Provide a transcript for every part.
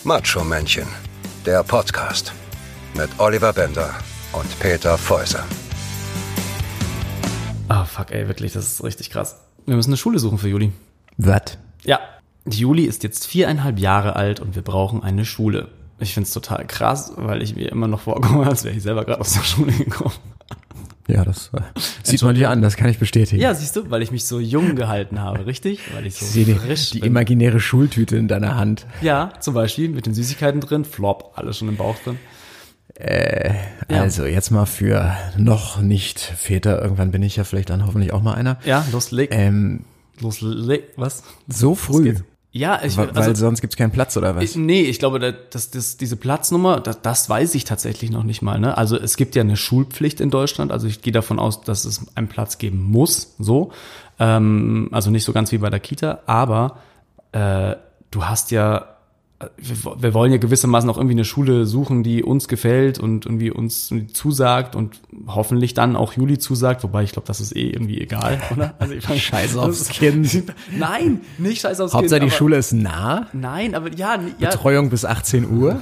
Macho-Männchen, der Podcast mit Oliver Bender und Peter Fäuser. Ah, fuck, ey, wirklich, das ist richtig krass. Wir müssen eine Schule suchen für Juli. Was? Ja, die Juli ist jetzt 4,5 Jahre alt und wir brauchen eine Schule. Ich find's total krass, weil ich mir immer noch vorkomme, als wäre ich selber gerade aus der Schule gekommen. Ja, das sieht man dir an, das kann ich bestätigen. Ja, siehst du, weil ich mich so jung gehalten habe, richtig? Weil ich so frisch die bin. imaginäre Schultüte in deiner Hand. Ja, zum Beispiel mit den Süßigkeiten drin, Flop, alles schon im Bauch drin. Also jetzt mal für noch nicht Väter, irgendwann bin ich ja vielleicht dann hoffentlich auch mal einer. Ja, losleg. Was? So früh? Ja, weil sonst gibt's keinen Platz, oder was? Ich glaube, diese Platznummer, das weiß ich tatsächlich noch nicht mal. Ne? Also es gibt ja eine Schulpflicht in Deutschland. Also ich gehe davon aus, dass es einen Platz geben muss. So, also nicht so ganz wie bei der Kita, aber du hast ja, wir wollen ja gewissermaßen auch irgendwie eine Schule suchen, die uns gefällt und irgendwie uns zusagt und hoffentlich dann auch Juli zusagt, wobei ich glaube, das ist irgendwie egal, oder? Also Scheiß aufs Kind. Nein, nicht scheiß aufs Hauptsache Kind. Die Schule ist nah. Nein, aber ja. Betreuung bis 18 Uhr.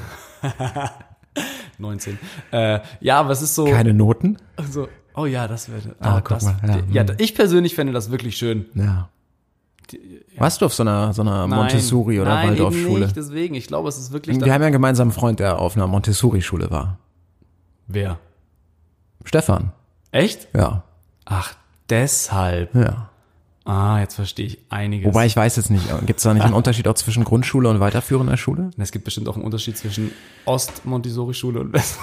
19. Ja, aber es ist so. Keine Noten. Also, oh ja, das wäre. Guck mal. Ja, ich persönlich fände das wirklich schön. Ja. Warst du auf so einer Montessori- oder Waldorfschule? Nein, nicht, deswegen. Ich glaube, es ist wirklich... Wir haben ja einen gemeinsamen Freund, der auf einer Montessori-Schule war. Wer? Stefan. Echt? Ja. Ach, deshalb. Ja. Ah, jetzt verstehe ich einiges. Wobei ich weiß jetzt nicht, gibt es da nicht einen Unterschied auch zwischen Grundschule und weiterführender Schule? Es gibt bestimmt auch einen Unterschied zwischen Ost-Montessori-Schule und West.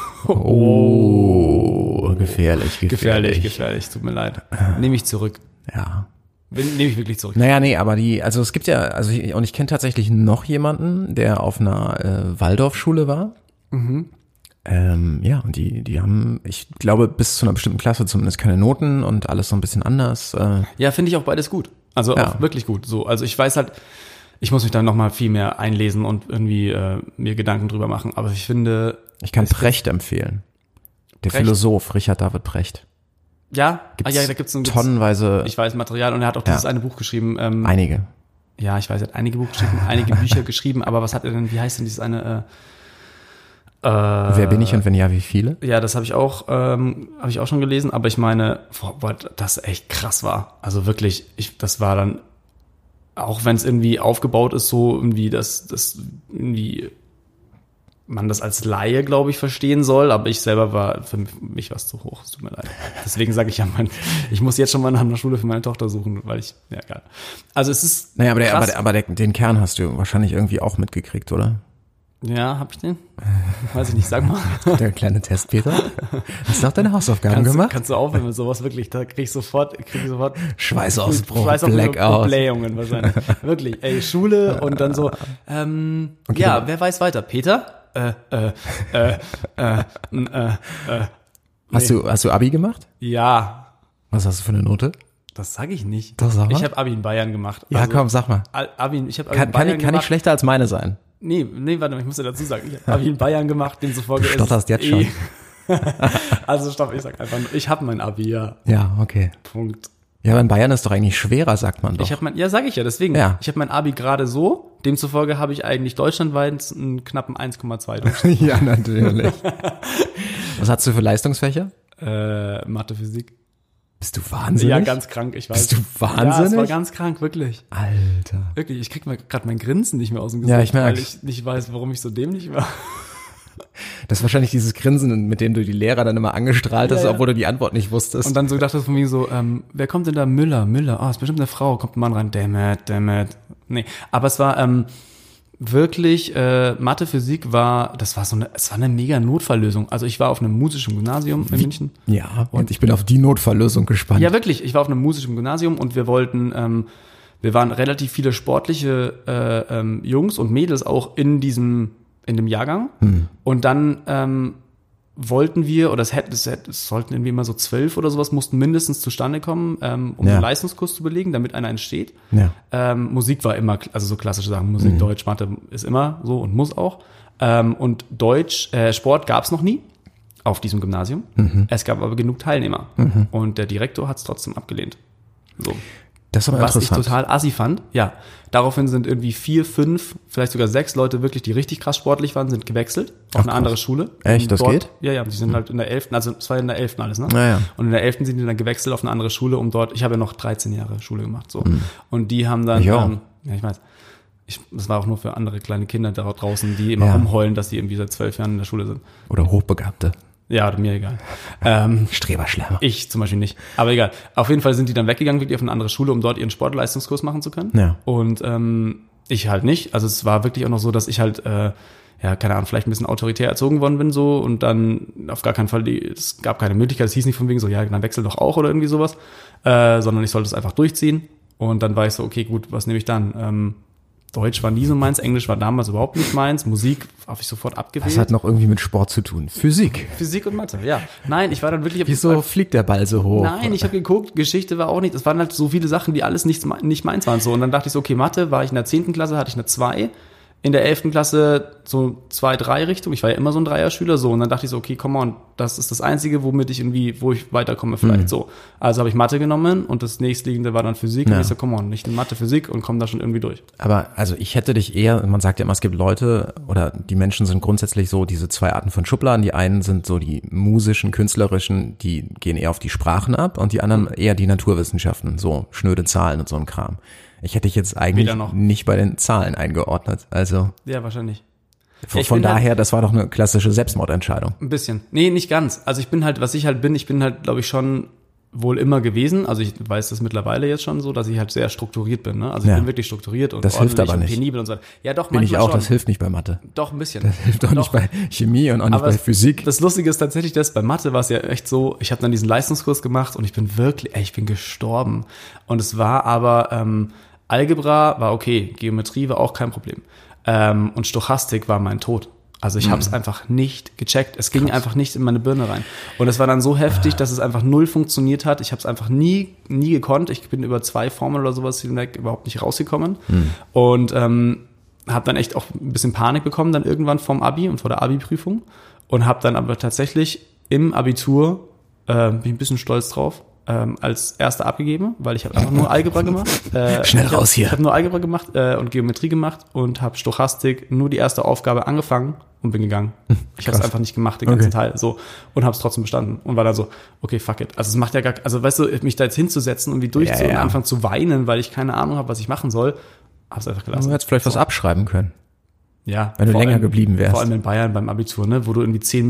Oh, gefährlich. Gefährlich, tut mir leid. Nehme ich zurück. Ja. Nehme ich wirklich zurück. Naja, nee, aber es gibt ja, ich kenne tatsächlich noch jemanden, der auf einer Waldorfschule war. Mhm. Ja, und die haben, ich glaube, bis zu einer bestimmten Klasse zumindest keine Noten und alles so ein bisschen anders. Ja, finde ich auch beides gut. Also ja. Auch wirklich gut. So, also ich weiß halt, ich muss mich da nochmal viel mehr einlesen und irgendwie mir Gedanken drüber machen. Aber ich finde... Ich kann Precht empfehlen. Der Precht? Philosoph Richard David Precht. Ja, da gibt's tonnenweise. Ich weiß Material und er hat auch dieses eine Buch geschrieben. Einige. Ja, ich weiß, er hat einige Buch geschrieben, einige Bücher geschrieben, aber was hat er denn, wie heißt denn dieses eine? Wer bin ich und wenn ja, wie viele? Ja, das habe ich auch schon gelesen, aber ich meine, das echt krass war. Also wirklich, das war dann, auch wenn es irgendwie aufgebaut ist, so irgendwie, das irgendwie man das als Laie, glaube ich, verstehen soll, aber ich selber für mich war es zu hoch, es tut mir leid. Deswegen sage ich ja, ich muss jetzt schon mal nach einer Schule für meine Tochter suchen, weil ja, egal. Also es ist naja, aber den Kern hast du wahrscheinlich irgendwie auch mitgekriegt, oder? Ja, hab ich den? Weiß ich nicht, sag mal. Der kleine Test, Peter. Hast du auch deine Hausaufgaben gemacht? Kannst du aufhören mit sowas, wirklich, da krieg ich sofort Schweißausbruch, Blackout. Blähungen wahrscheinlich. Wirklich, Schule und dann so, okay, ja, wer weiß weiter? Peter? Hast du Abi gemacht? Ja. Was hast du für eine Note? Das sage ich nicht. Doch, sag mal. Ich habe Abi in Bayern gemacht. Ja, komm, sag mal. Ich habe Abi in Bayern gemacht. Kann nicht schlechter als meine sein. Nee, warte mal, ich muss dir dazu sagen. Ich habe Abi in Bayern gemacht, demzufolge ist... Du stotterst jetzt schon. Also stopp, ich sag einfach nur, ich habe mein Abi, ja. Ja, okay. Punkt. Ja, aber in Bayern ist doch eigentlich schwerer, sagt man doch. Sage ich ja, deswegen. Ja. Ich habe mein Abi gerade so, demzufolge habe ich eigentlich deutschlandweit einen knappen 1,2 Durchschnitt. Ja, natürlich. Was hast du für Leistungsfächer? Mathe, Physik. Bist du wahnsinnig? Ja, ganz krank, ich weiß. Bist du wahnsinnig? Ja, es war ganz krank, wirklich. Alter. Wirklich, ich krieg gerade mein Grinsen nicht mehr aus dem Gesicht, ja, ich merk's. weil ich nicht weiß, warum ich so dämlich war. Das ist wahrscheinlich dieses Grinsen, mit dem du die Lehrer dann immer angestrahlt hast, ja. Obwohl du die Antwort nicht wusstest. Und dann so gedacht hast von mir so, wer kommt denn da? Müller, ist bestimmt eine Frau, kommt ein Mann rein, damn it. Nee, aber es war wirklich, Mathe, Physik es war eine mega Notfalllösung. Also ich war auf einem musischen Gymnasium in München. Ja, und ich bin auf die Notfalllösung gespannt. Ja, wirklich, ich war auf einem musischen Gymnasium und wir waren relativ viele sportliche Jungs und Mädels auch in dem Jahrgang. Und dann wollten wir, oder es sollten irgendwie immer so 12 oder sowas, mussten mindestens zustande kommen, um einen Leistungskurs zu belegen, damit einer entsteht. Ja. Musik war immer, also so klassische Sachen, Musik, Deutsch, Mathe ist immer so und muss auch. Und Sport gab's noch nie auf diesem Gymnasium. Es gab aber genug Teilnehmer. Und der Direktor hat's trotzdem abgelehnt. So. Das ist aber was ich interessant. total assi fand. Ja, daraufhin sind irgendwie 4, 5, vielleicht sogar 6 Leute wirklich, die richtig krass sportlich waren, sind gewechselt auf eine andere Schule. Echt, Und das dort, geht? Ja, die sind halt in der 11., also es war in der 11. alles, ne? Naja. Und in der 11. sind die dann gewechselt auf eine andere Schule, um dort, ich habe ja noch 13 Jahre Schule gemacht, so. Und die haben dann, Ich auch. ja, ich weiß, das war auch nur für andere kleine Kinder da draußen, die immer Ja. rumheulen, dass die irgendwie seit 12 Jahren in der Schule sind. Oder Hochbegabte. Ja, mir egal. Streberschlemmer. Ich zum Beispiel nicht. Aber egal. Auf jeden Fall sind die dann weggegangen, wirklich auf eine andere Schule, um dort ihren Sportleistungskurs machen zu können. Ja. Und ich halt nicht. Also es war wirklich auch noch so, dass ich halt, ja, keine Ahnung, vielleicht ein bisschen autoritär erzogen worden bin so und dann auf gar keinen Fall, es gab keine Möglichkeit, es hieß nicht von wegen so, ja, dann wechsel doch auch oder irgendwie sowas, sondern ich sollte es einfach durchziehen. Und dann war ich so, okay, gut, was nehme ich dann? Deutsch war nie so meins, Englisch war damals überhaupt nicht meins, Musik habe ich sofort abgewählt. Das hat noch irgendwie mit Sport zu tun. Physik. Physik und Mathe, ja. Nein, ich war dann wirklich... Wieso fliegt der Ball so hoch? Nein, ich habe geguckt, Geschichte war auch nicht, es waren halt so viele Sachen, die alles nicht meins waren. So. Und dann dachte ich so, okay, Mathe war ich in der 10. Klasse, hatte ich eine 2, in der 11. Klasse so 2, 3 Richtung. Ich war ja immer so ein Dreierschüler, so. Und dann dachte ich so, okay, come on, das ist das Einzige, wo ich weiterkomme vielleicht, so. Also habe ich Mathe genommen und das nächstliegende war dann Physik. Ja. Und ich so, come on, nicht in Mathe, Physik und komme da schon irgendwie durch. Aber also ich hätte dich eher, man sagt ja immer, es gibt Leute oder die Menschen sind grundsätzlich so diese 2 Arten von Schubladen. Die einen sind so die musischen, künstlerischen, die gehen eher auf die Sprachen ab und die anderen eher die Naturwissenschaften, so schnöde Zahlen und so ein Kram. Ich hätte dich jetzt eigentlich Weder noch. nicht bei den Zahlen eingeordnet. Also Ja, wahrscheinlich. von daher, das war doch eine klassische Selbstmordentscheidung. Ein bisschen. Nee, nicht ganz. Also ich bin halt, glaube ich, schon wohl immer gewesen. Also ich weiß das mittlerweile jetzt schon so, dass ich halt sehr strukturiert bin. Ne? Also ich Ja. bin wirklich strukturiert und Das hilft ordentlich aber und nicht. penibel und so weiter. Ja, doch, Bin ich manchmal auch, schon. das hilft nicht bei Mathe. Doch, ein bisschen. Das hilft auch nicht bei Chemie und auch nicht Aber bei Physik. Das Lustige ist tatsächlich, dass bei Mathe war es ja echt so, ich habe dann diesen Leistungskurs gemacht und ich bin gestorben. Und es war aber, Algebra war okay, Geometrie war auch kein Problem. Und Stochastik war mein Tod. Also ich habe es einfach nicht gecheckt. Es ging einfach nicht in meine Birne rein. Und es war dann so heftig, dass es einfach null funktioniert hat. Ich habe es einfach nie gekonnt. Ich bin über 2 Formeln oder sowas hinweg überhaupt nicht rausgekommen. Und habe dann echt auch ein bisschen Panik bekommen dann irgendwann vom Abi und vor der Abi-Prüfung. Und habe dann aber tatsächlich im Abitur, bin ich ein bisschen stolz drauf, als erster abgegeben, weil ich habe einfach nur Algebra gemacht. Schnell raus hier. Ich habe nur Algebra gemacht und Geometrie gemacht und habe Stochastik nur die erste Aufgabe angefangen und bin gegangen. Ich habe es einfach nicht gemacht, den ganzen Teil. So, und habe es trotzdem bestanden. Und war dann so, okay, fuck it. Also es macht ja gar, also weißt du, mich da jetzt hinzusetzen und wie und anfangen zu weinen, weil ich keine Ahnung habe, was ich machen soll, habe es einfach gelassen. Du hättest vielleicht was abschreiben können. Ja, Wenn du vor länger allem- geblieben wärst. Vor allem in Bayern beim Abitur, ne, wo du irgendwie 10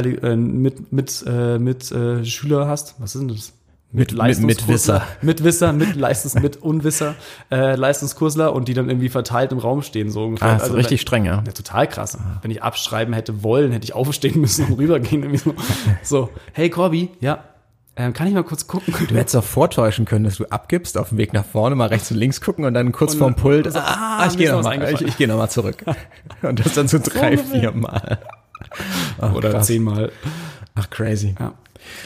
Schüler hast. Was ist denn das? Mitwisser. Unwisser, Leistungskursler und die dann irgendwie verteilt im Raum stehen, so ungefähr. Ah, das ist richtig streng, ja. Ja, total krass. Wenn ich abschreiben hätte wollen, hätte ich aufstehen müssen und rübergehen. Irgendwie so, hey Corby, ja, kann ich mal kurz gucken? Du hättest auch vortäuschen können, dass du abgibst, auf dem Weg nach vorne mal rechts und links gucken und dann kurz vorm Pult, ich gehe mir ist was nochmal, eingefallen. ich gehe nochmal zurück. Und das dann so 3, 4 Mal. Ach, Oder krass. 10 Mal. Ach, crazy. Ja.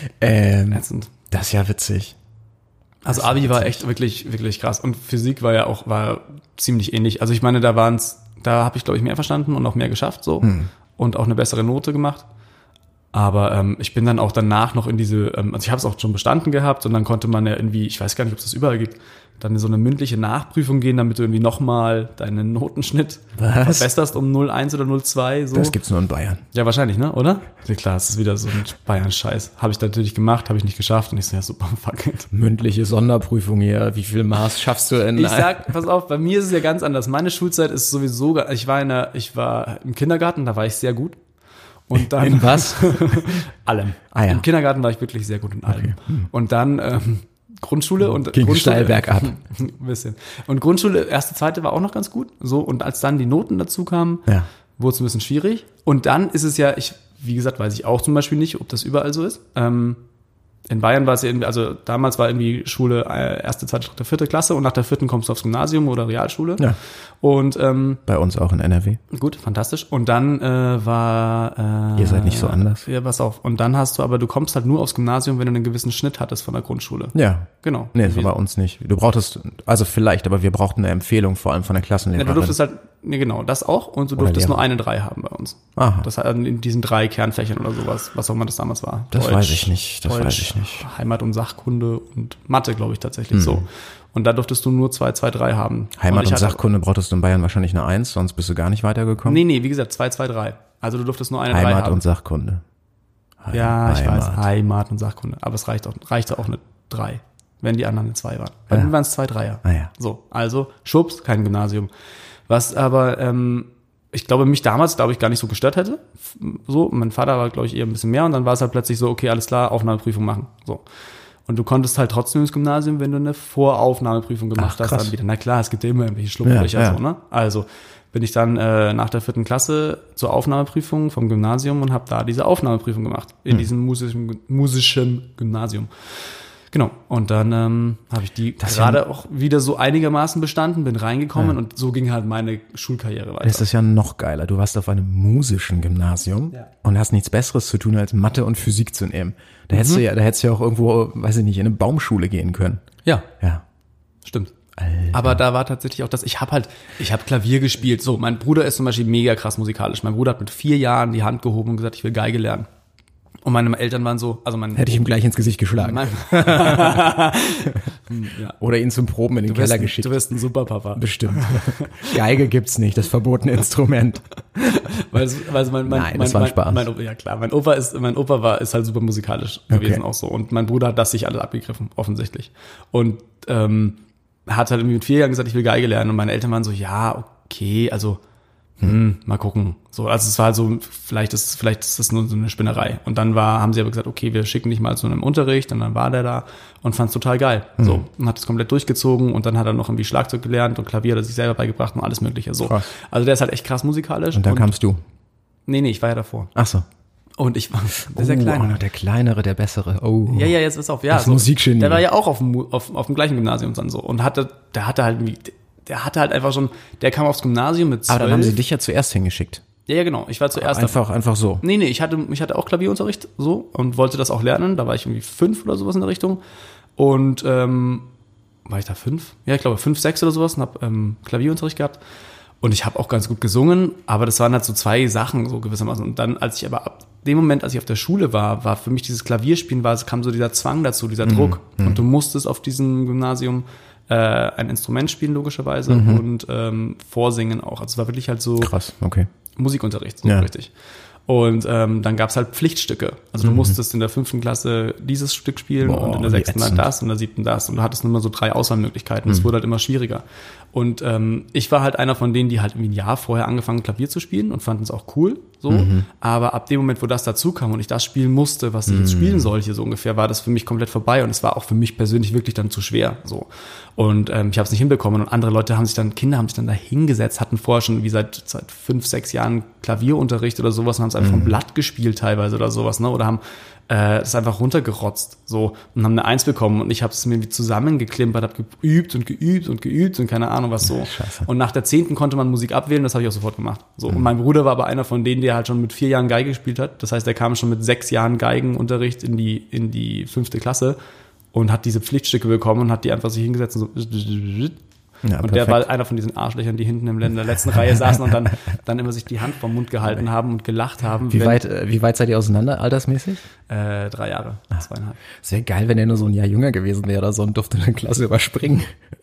Das ist ja witzig. Also Abi war echt wirklich, wirklich krass. Und Physik war ziemlich ähnlich. Also ich meine, da habe ich, glaube ich, mehr verstanden und auch mehr geschafft, so. Und auch eine bessere Note gemacht. Aber ich bin dann auch danach noch in diese, also ich habe es auch schon bestanden gehabt und dann konnte man ja irgendwie, ich weiß gar nicht, ob es das überall gibt, dann in so eine mündliche Nachprüfung gehen, damit du irgendwie nochmal deinen Notenschnitt verbesserst um 0,1 oder 0,2. So. Das gibt's nur in Bayern. Ja, wahrscheinlich, ne? Oder? Ja, klar, es ist wieder so ein Bayern-Scheiß. Habe ich natürlich gemacht, habe ich nicht geschafft und ich so, ja super, fuck it. Mündliche Sonderprüfung hier, wie viel Maß schaffst du in? Ich sag, pass auf, bei mir ist es ja ganz anders. Meine Schulzeit ist sowieso, ich war im Kindergarten, da war ich sehr gut. Und dann In was? allem. Ah, ja. Im Kindergarten war ich wirklich sehr gut in allem. Und dann Grundschule und Ging Grundschule, steil bergab. Ein bisschen. Und Grundschule, erste, zweite war auch noch ganz gut. So, und als dann die Noten dazu kamen, Ja. wurde es ein bisschen schwierig. Und dann ist es ja, wie gesagt, weiß ich auch zum Beispiel nicht, ob das überall so ist. In Bayern war es ja irgendwie, also damals war irgendwie Schule erste, zweite, dritte, vierte Klasse und nach der 4. kommst du aufs Gymnasium oder Realschule. Ja. Und Bei uns auch in NRW. gut, fantastisch. Und dann war Ihr seid nicht so anders. Ja, pass auf. Und dann du kommst halt nur aufs Gymnasium, wenn du einen gewissen Schnitt hattest von der Grundschule. Ja. Genau. Nee, so bei uns nicht. Du brauchtest, also vielleicht, aber wir brauchten eine Empfehlung, vor allem von der Ja, Klassenlehrerin. du durftest halt, nee, genau, das auch. Und du durftest Lehrer. nur eine 3 haben bei uns. Aha. Das heißt, in diesen 3 Kernfächern oder sowas, was auch immer das damals war. Das weiß ich nicht, das weiß ich nicht. Heimat- und Sachkunde und Mathe, glaube ich, tatsächlich so. Und da durftest du nur 2, 2, 3 haben. Heimat- und Sachkunde brauchtest du in Bayern wahrscheinlich eine 1, sonst bist du gar nicht weitergekommen. Nee, wie gesagt, 2, 2, 3. Also du durftest nur eine 3 haben. Heimat und Sachkunde. Ja, ich weiß, Heimat und Sachkunde. Aber es reichte auch eine 3, wenn die anderen eine 2 waren. Bei mir waren es 2 Dreier. Ah, ja. So, also schwupps, kein Gymnasium. Was aber, ich glaube, mich damals, gar nicht so gestört hätte. So, mein Vater war, glaube ich, eher ein bisschen mehr. Und dann war es halt plötzlich so, okay, alles klar, Aufnahmeprüfung machen. So. Und du konntest halt trotzdem ins Gymnasium, wenn du eine Voraufnahmeprüfung gemacht hast, dann wieder. Na klar, es gibt ja immer irgendwelche Schlupflöcher, so, ne? Also bin ich dann nach der 4. Klasse zur Aufnahmeprüfung vom Gymnasium und habe da diese Aufnahmeprüfung gemacht. In diesem musischen Gymnasium. Genau. Und dann habe ich die gerade auch wieder so einigermaßen bestanden, bin reingekommen und so ging halt meine Schulkarriere weiter. Das ist ja noch geiler. Du warst auf einem musischen Gymnasium und hast nichts Besseres zu tun, als Mathe und Physik zu nehmen. Da hättest du ja auch irgendwo, weiß ich nicht, in eine Baumschule gehen können. Ja. Ja. Stimmt. Alter. Aber da war tatsächlich auch das, ich habe Klavier gespielt. So, mein Bruder ist zum Beispiel mega krass musikalisch. Mein Bruder hat mit 4 Jahren die Hand gehoben und gesagt, ich will Geige lernen. Und meine Eltern waren so, hätte ich ihm gleich ins Gesicht geschlagen. Ja. Oder ihn zum Proben in den Keller geschickt. Du wirst ein super Papa. Bestimmt. Geige gibt's nicht, das verbotene Instrument. Weil Nein, das war ein Spaß. Mein Opa ist halt super musikalisch gewesen auch so. Und mein Bruder hat das sich alles abgegriffen, offensichtlich. Und hat halt irgendwie mit 4 Jahren gesagt, ich will Geige lernen. Und meine Eltern waren so, ja, okay, also mal gucken. So, also es war so, vielleicht ist das nur so eine Spinnerei. Und dann haben sie aber gesagt, okay, wir schicken dich mal zu einem Unterricht. Und dann war der da und fand es total geil. So, und hat es komplett durchgezogen. Und dann hat er noch irgendwie Schlagzeug gelernt und Klavier hat er sich selber beigebracht und alles Mögliche. So. Krass. Also der ist halt echt krass musikalisch. Und dann kamst du. Nee, ich war ja davor. Ach so. Und ich war der Kleinere. Der Kleinere, der Bessere. Oh. Ja, jetzt ist auf. Ja, das Musikgenie. Der war ja auch auf dem gleichen Gymnasium dann so. Und der hatte halt einfach schon, der kam aufs Gymnasium mit 12. Aber dann haben sie dich ja zuerst hingeschickt. Ja, genau. Ich war zuerst. Einfach so. Nee, ich hatte auch Klavierunterricht so und wollte das auch lernen. Da war ich irgendwie 5 oder sowas in der Richtung. Und war ich da 5? Ja, ich glaube 5, 6 oder sowas und habe Klavierunterricht gehabt. Und ich habe auch ganz gut gesungen, aber das waren halt so 2 Sachen so gewissermaßen. Und dann, als ich auf der Schule war für mich dieses Klavierspielen, kam so dieser Zwang dazu, dieser Druck. Und du musstest auf diesem Gymnasium ein Instrument spielen, logischerweise, und vorsingen auch. Also es war wirklich halt so krass, okay. Musikunterricht, so richtig. Und dann gab's halt Pflichtstücke. Also du musstest in der 5. Klasse dieses Stück spielen und in der 6. dann das und in der 7. das. Und du hattest nur mal so 3 Auswahlmöglichkeiten. Es wurde halt immer schwieriger. Und ich war halt einer von denen, die halt irgendwie ein Jahr vorher angefangen Klavier zu spielen und fanden es auch cool. So. Aber ab dem Moment, wo das dazu kam und ich das spielen musste, was ich jetzt spielen sollte, so ungefähr, war das für mich komplett vorbei. Und es war auch für mich persönlich wirklich dann zu schwer. So. Und ich habe es nicht hinbekommen. Und andere Leute Kinder haben sich dann da hingesetzt, hatten vorher schon wie seit 5, 6 Jahren Klavierunterricht oder sowas und haben es einfach vom Blatt gespielt teilweise oder sowas, ne? Oder haben das einfach runtergerotzt so und haben eine 1 bekommen und ich habe es mir wie zusammengeklimpert, habe geübt und keine Ahnung was so. Scheiße. Und nach der 10. konnte man Musik abwählen, das habe ich auch sofort gemacht. So. Und mein Bruder war aber einer von denen, der halt schon mit 4 Jahren Geige gespielt hat. Das heißt, der kam schon mit 6 Jahren Geigenunterricht in die 5. Klasse und hat diese Pflichtstücke bekommen und hat die einfach sich hingesetzt und so. Ja, und der war einer von diesen Arschlöchern, die hinten in der letzten Reihe saßen und dann immer sich die Hand vom Mund gehalten haben und gelacht haben. Wie weit seid ihr auseinander, altersmäßig? 3 Jahre, 2,5. Es wäre geil, wenn er nur so ein Jahr jünger gewesen wäre oder so und durfte eine Klasse überspringen.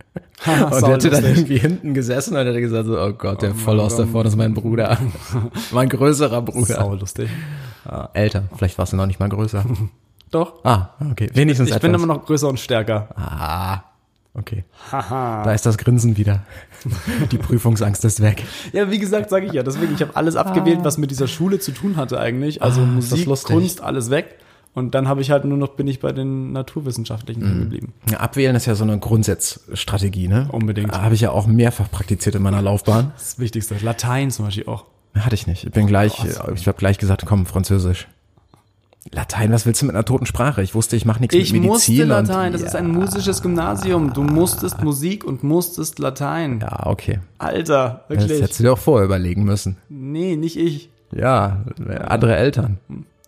Und der hätte dann irgendwie hinten gesessen und hätte gesagt so, oh Gott, der Vollaus da vorne ist mein Bruder. Mein größerer Bruder. Sau lustig. Älter, vielleicht warst du noch nicht mal größer. Doch. Okay. Wenigstens ich bin immer noch größer und stärker. Okay. Da ist das Grinsen wieder. Die Prüfungsangst ist weg. Ja, wie gesagt, sage ich ja. Deswegen, ich habe alles abgewählt, was mit dieser Schule zu tun hatte eigentlich. Also Musik, Kunst, alles weg. Und dann bin ich bei den Naturwissenschaftlichen geblieben. Ja, abwählen ist ja so eine Grundsatzstrategie, ne? Unbedingt. Habe ich ja auch mehrfach praktiziert in meiner Laufbahn. Das Wichtigste. Latein zum Beispiel auch. Hatte ich nicht. Ich habe gleich gesagt, komm, Französisch. Latein, was willst du mit einer toten Sprache? Ich wusste, ich mache nichts mit Medizin. Ich musste Latein, das ist ein musisches Gymnasium. Du musstest Musik und musstest Latein. Ja, okay. Alter, wirklich. Das hättest du dir auch vorher überlegen müssen. Nee, nicht ich. Ja, andere Eltern.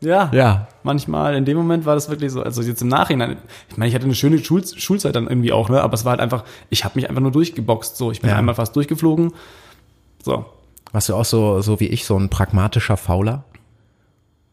Ja. Manchmal, in dem Moment war das wirklich so, also jetzt im Nachhinein, ich meine, ich hatte eine schöne Schulzeit dann irgendwie auch, ne, aber es war halt einfach, ich habe mich einfach nur durchgeboxt, so, ich bin einmal fast durchgeflogen, so. Warst du auch so wie ich, so ein pragmatischer Fauler?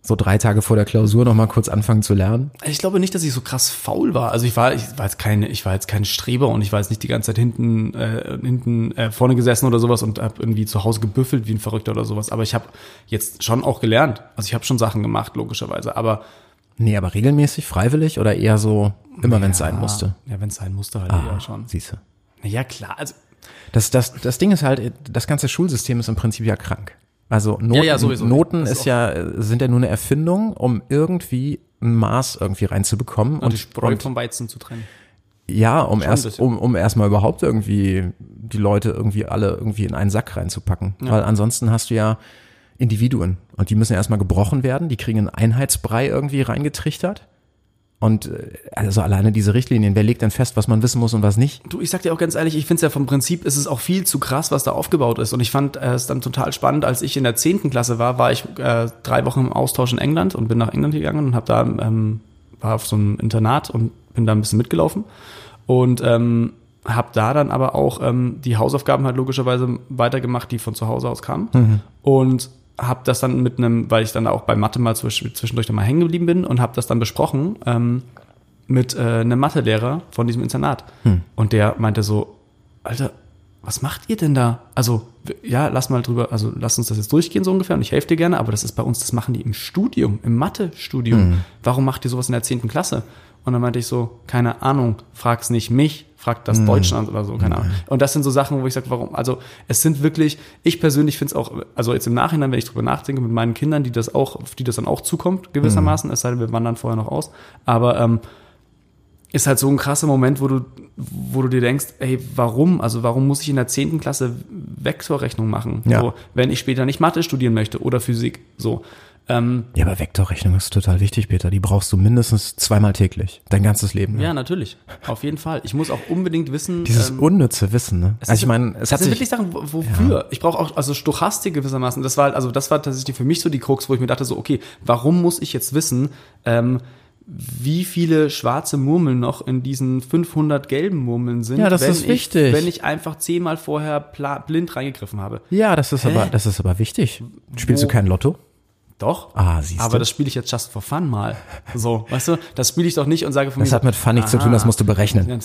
So 3 Tage vor der Klausur noch mal kurz anfangen zu lernen? Ich glaube nicht, dass ich so krass faul war. Also ich war jetzt kein Streber und ich war jetzt nicht die ganze Zeit hinten vorne gesessen oder sowas und habe irgendwie zu Hause gebüffelt wie ein Verrückter oder sowas. Aber ich habe jetzt schon auch gelernt. Also ich habe schon Sachen gemacht, logischerweise. Aber regelmäßig, freiwillig oder eher so immer, wenn es sein musste? Ja, wenn es sein musste halt eher schon. Siehst du. Ja, klar. Also Das Ding ist halt, das ganze Schulsystem ist im Prinzip ja krank. Also Noten sind ja nur eine Erfindung, um irgendwie ein Maß irgendwie reinzubekommen. Und die Spreu vom Weizen zu trennen. Ja, um erstmal überhaupt irgendwie die Leute irgendwie alle irgendwie in einen Sack reinzupacken. Ja. Weil ansonsten hast du ja Individuen und die müssen ja erstmal gebrochen werden. Die kriegen einen Einheitsbrei irgendwie reingetrichtert. Und also alleine diese Richtlinien, wer legt denn fest, was man wissen muss und was nicht? Du, ich sag dir auch ganz ehrlich, ich finde es ja vom Prinzip, ist es auch viel zu krass, was da aufgebaut ist. Und ich fand es dann total spannend, als ich in der 10. Klasse war ich 3 Wochen im Austausch in England und bin nach England gegangen und habe da war auf so einem Internat und bin da ein bisschen mitgelaufen. Und habe da dann aber auch die Hausaufgaben halt logischerweise weitergemacht, die von zu Hause aus kamen. Mhm. Und habe das dann weil ich dann auch bei Mathe mal zwischendurch dann mal hängen geblieben bin und habe das dann besprochen mit einem Mathelehrer von diesem Internat. Und der meinte so, Alter, was macht ihr denn da? Also, ja, lass uns das jetzt durchgehen so ungefähr und ich helfe dir gerne, aber das ist bei uns, das machen die im Studium, im Mathe-Studium. Warum macht ihr sowas in der 10. Klasse? Und dann meinte ich so, keine Ahnung, frag's nicht mich, frag das Deutschland oder so, keine Ahnung. Und das sind so Sachen, wo ich sage, warum? Also es sind wirklich, ich persönlich finde es auch, also jetzt im Nachhinein, wenn ich drüber nachdenke mit meinen Kindern, auf die das dann auch zukommt, gewissermaßen, es sei denn, wir wandern vorher noch aus, aber ist halt so ein krasser Moment, wo du dir denkst, ey, warum? Also warum muss ich in der 10. Klasse Vektorrechnung machen? Ja. So, wenn ich später nicht Mathe studieren möchte oder Physik, so. Ja, aber Vektorrechnung ist total wichtig, Peter. Die brauchst du mindestens 2-mal täglich. Dein ganzes Leben. Ja, natürlich. Auf jeden Fall. Ich muss auch unbedingt wissen. Dieses unnütze Wissen, ne? Also ich meine, es sind wirklich Sachen, wofür? Ja. Ich brauche auch, also Stochastik gewissermaßen. Das war tatsächlich für mich so die Krux, wo ich mir dachte so, okay, warum muss ich jetzt wissen, wie viele schwarze Murmeln noch in diesen 500 gelben Murmeln sind, ja, das ist wichtig. Wenn ich einfach 10-mal vorher blind reingegriffen habe. Ja, das ist aber wichtig. Spielst du kein Lotto? Doch, siehst du. Aber das spiele ich jetzt just for fun mal. So, weißt du, das spiele ich doch nicht und sage von mir. Das hat mit Fun nichts zu tun, das musst du berechnen.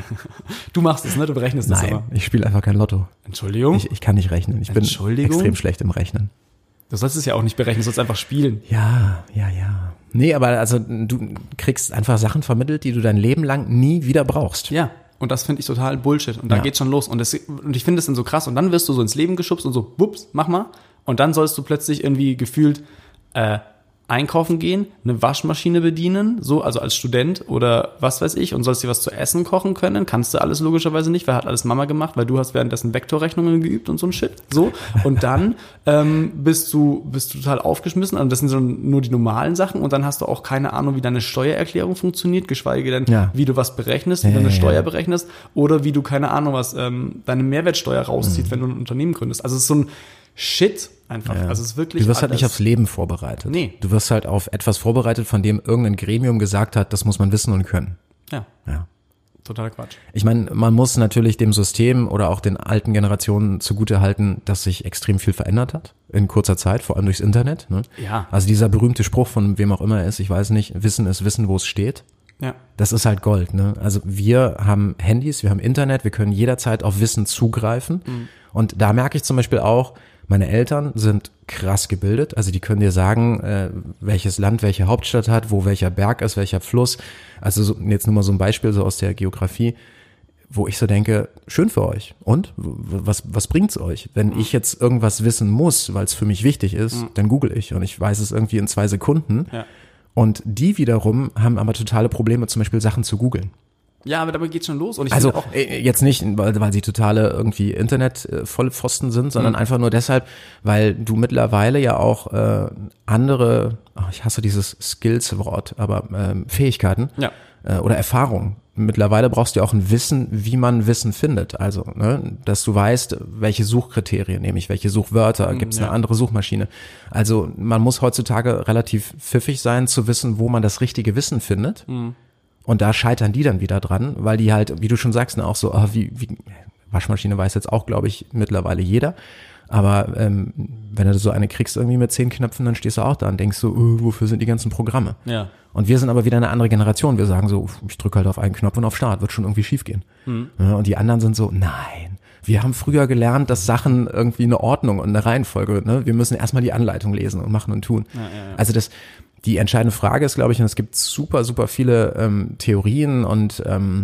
Du machst es, ne? Du berechnest das immer. Nein, ich spiele einfach kein Lotto. Entschuldigung? Ich kann nicht rechnen. Ich bin extrem schlecht im Rechnen. Du sollst es ja auch nicht berechnen, du sollst einfach spielen. Ja. Nee, aber also du kriegst einfach Sachen vermittelt, die du dein Leben lang nie wieder brauchst. Ja. Und das finde ich total Bullshit. Und da geht's schon los. Und ich finde es dann so krass. Und dann wirst du so ins Leben geschubst und so, wups, mach mal. Und dann sollst du plötzlich irgendwie gefühlt einkaufen gehen, eine Waschmaschine bedienen, so, also als Student oder was weiß ich, und sollst dir was zu essen kochen können, kannst du alles logischerweise nicht, weil hat alles Mama gemacht, weil du hast währenddessen Vektorrechnungen geübt und so ein Shit, so, und dann bist du total aufgeschmissen, also das sind so nur die normalen Sachen und dann hast du auch keine Ahnung, wie deine Steuererklärung funktioniert, geschweige denn, wie du was berechnest, wie du eine Steuer berechnest oder wie du, keine Ahnung was, deine Mehrwertsteuer rausziehst, wenn du ein Unternehmen gründest, also es ist so ein Shit einfach. Ja. Also es ist wirklich. Du wirst halt nicht aufs Leben vorbereitet. Nee. Du wirst halt auf etwas vorbereitet, von dem irgendein Gremium gesagt hat, das muss man wissen und können. Ja. Totaler Quatsch. Ich meine, man muss natürlich dem System oder auch den alten Generationen zugutehalten, dass sich extrem viel verändert hat in kurzer Zeit, vor allem durchs Internet. Ne? Ja. Also dieser berühmte Spruch von wem auch immer er ist, ich weiß nicht, Wissen ist Wissen, wo es steht. Ja. Das ist halt Gold. Ne? Also wir haben Handys, wir haben Internet, wir können jederzeit auf Wissen zugreifen. Und da merke ich zum Beispiel auch, meine Eltern sind krass gebildet, also die können dir sagen, welches Land welche Hauptstadt hat, wo welcher Berg ist, welcher Fluss. Also jetzt nur mal so ein Beispiel so aus der Geografie, wo ich so denke, schön für euch. Und was bringt's euch? Wenn ich jetzt irgendwas wissen muss, weil es für mich wichtig ist, dann google ich und ich weiß es irgendwie in 2 Sekunden. Ja. Und die wiederum haben aber totale Probleme, zum Beispiel Sachen zu googeln. Ja, aber damit geht's schon los. Und ich also auch, jetzt nicht, weil sie totale irgendwie Internet-Vollpfosten sind, sondern einfach nur deshalb, weil du mittlerweile ja auch andere, ich hasse dieses Skills-Wort, aber Fähigkeiten oder Erfahrung. Mittlerweile brauchst du ja auch ein Wissen, wie man Wissen findet. Also, ne, dass du weißt, welche Suchkriterien nehme ich, welche Suchwörter, gibt es eine andere Suchmaschine. Also man muss heutzutage relativ pfiffig sein, zu wissen, wo man das richtige Wissen findet. Und da scheitern die dann wieder dran, weil die halt, wie du schon sagst, auch so, wie Waschmaschine weiß jetzt auch, glaube ich, mittlerweile jeder. Aber wenn du so eine kriegst irgendwie mit 10 Knöpfen, dann stehst du auch da und denkst so, wofür sind die ganzen Programme? Ja. Und wir sind aber wieder eine andere Generation. Wir sagen so, ich drücke halt auf einen Knopf und auf Start, wird schon irgendwie schief gehen. Ja, und die anderen sind so, nein. Wir haben früher gelernt, dass Sachen irgendwie eine Ordnung und eine Reihenfolge, ne? Wir müssen erstmal die Anleitung lesen und machen und tun. Ja. Also die entscheidende Frage ist, glaube ich, und es gibt super, super viele Theorien und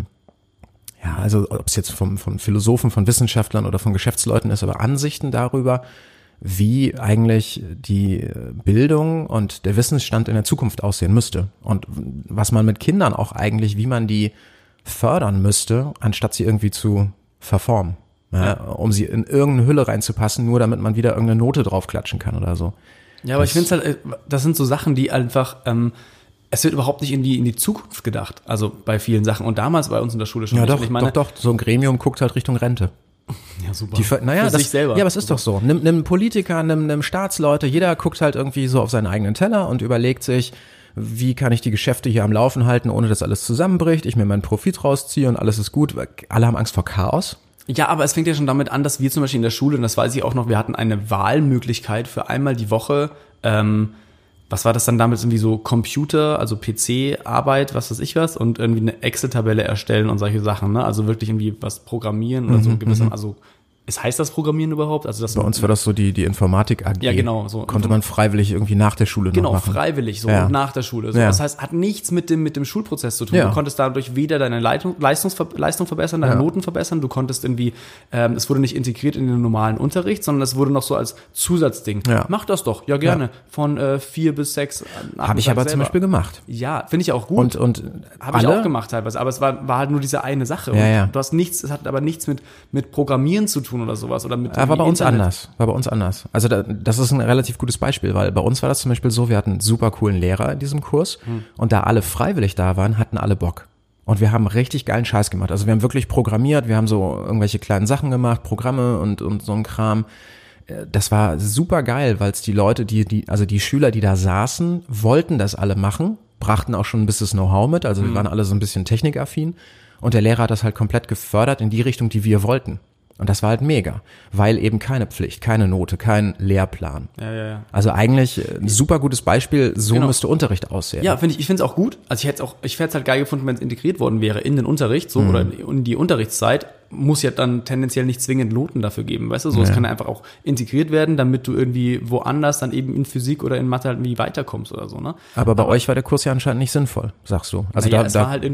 also ob es jetzt von Philosophen, von Wissenschaftlern oder von Geschäftsleuten ist, aber Ansichten darüber, wie eigentlich die Bildung und der Wissensstand in der Zukunft aussehen müsste und was man mit Kindern auch eigentlich, wie man die fördern müsste, anstatt sie irgendwie zu verformen, um sie in irgendeine Hülle reinzupassen, nur damit man wieder irgendeine Note draufklatschen kann oder so. Ja, aber ich finde es halt, das sind so Sachen, die einfach, es wird überhaupt nicht in die Zukunft gedacht, also bei vielen Sachen. Und damals bei uns in der Schule schon. Ja, nicht. Doch, so ein Gremium guckt halt Richtung Rente. Ja, super. Für sich selber. Ja, aber es ist doch so. Nimm Politiker, nimm Staatsleute, jeder guckt halt irgendwie so auf seinen eigenen Teller und überlegt sich, wie kann ich die Geschäfte hier am Laufen halten, ohne dass alles zusammenbricht, ich mir meinen Profit rausziehe und alles ist gut. Alle haben Angst vor Chaos. Ja, aber es fängt ja schon damit an, dass wir zum Beispiel in der Schule, und das weiß ich auch noch, wir hatten eine Wahlmöglichkeit für einmal die Woche, was war das dann damals, irgendwie so Computer, also PC-Arbeit, was weiß ich was, und irgendwie eine Excel-Tabelle erstellen und solche Sachen, ne? Also wirklich irgendwie was programmieren oder so gewissermaßen, also heißt das Programmieren überhaupt? Also das bei uns war das so die Informatik AG. Ja, genau. So konnte man freiwillig irgendwie nach der Schule noch machen. Genau, freiwillig, so nach der Schule. So. Ja. Das heißt, hat nichts mit dem Schulprozess zu tun. Ja. Du konntest dadurch weder deine Leistung verbessern, deine Noten verbessern, du konntest irgendwie, es wurde nicht integriert in den normalen Unterricht, sondern es wurde noch so als Zusatzding. Ja. Mach das doch, ja gerne. Ja. Von 4 bis 6. Habe ich aber selber zum Beispiel gemacht. Ja, finde ich auch gut. Und habe ich auch gemacht teilweise, aber es war halt nur diese eine Sache. Und du hast nichts, es hat aber nichts mit Programmieren zu tun oder sowas oder mit war bei uns anders. Also das ist ein relativ gutes Beispiel, weil bei uns war das zum Beispiel so, wir hatten einen super coolen Lehrer in diesem Kurs und da alle freiwillig da waren, hatten alle Bock. Und wir haben richtig geilen Scheiß gemacht. Also wir haben wirklich programmiert, wir haben so irgendwelche kleinen Sachen gemacht, Programme und so ein Kram. Das war super geil, weil es die Leute, die Schüler, die da saßen, wollten das alle machen, brachten auch schon ein bisschen Know-how mit, also wir waren alle so ein bisschen technikaffin und der Lehrer hat das halt komplett gefördert in die Richtung, die wir wollten. Und das war halt mega, weil eben keine Pflicht, keine Note, kein Lehrplan. Ja. Also eigentlich ein super gutes Beispiel, so müsste Unterricht aussehen. Ja, ich finde es auch gut. Also ich hätte es halt geil gefunden, wenn es integriert worden wäre in den Unterricht, so oder in die Unterrichtszeit. Muss ja dann tendenziell nicht zwingend Noten dafür geben, weißt du? So, es kann einfach auch integriert werden, damit du irgendwie woanders dann eben in Physik oder in Mathe halt irgendwie weiterkommst oder so, ne? Aber bei euch war der Kurs ja anscheinend nicht sinnvoll, sagst du. Also es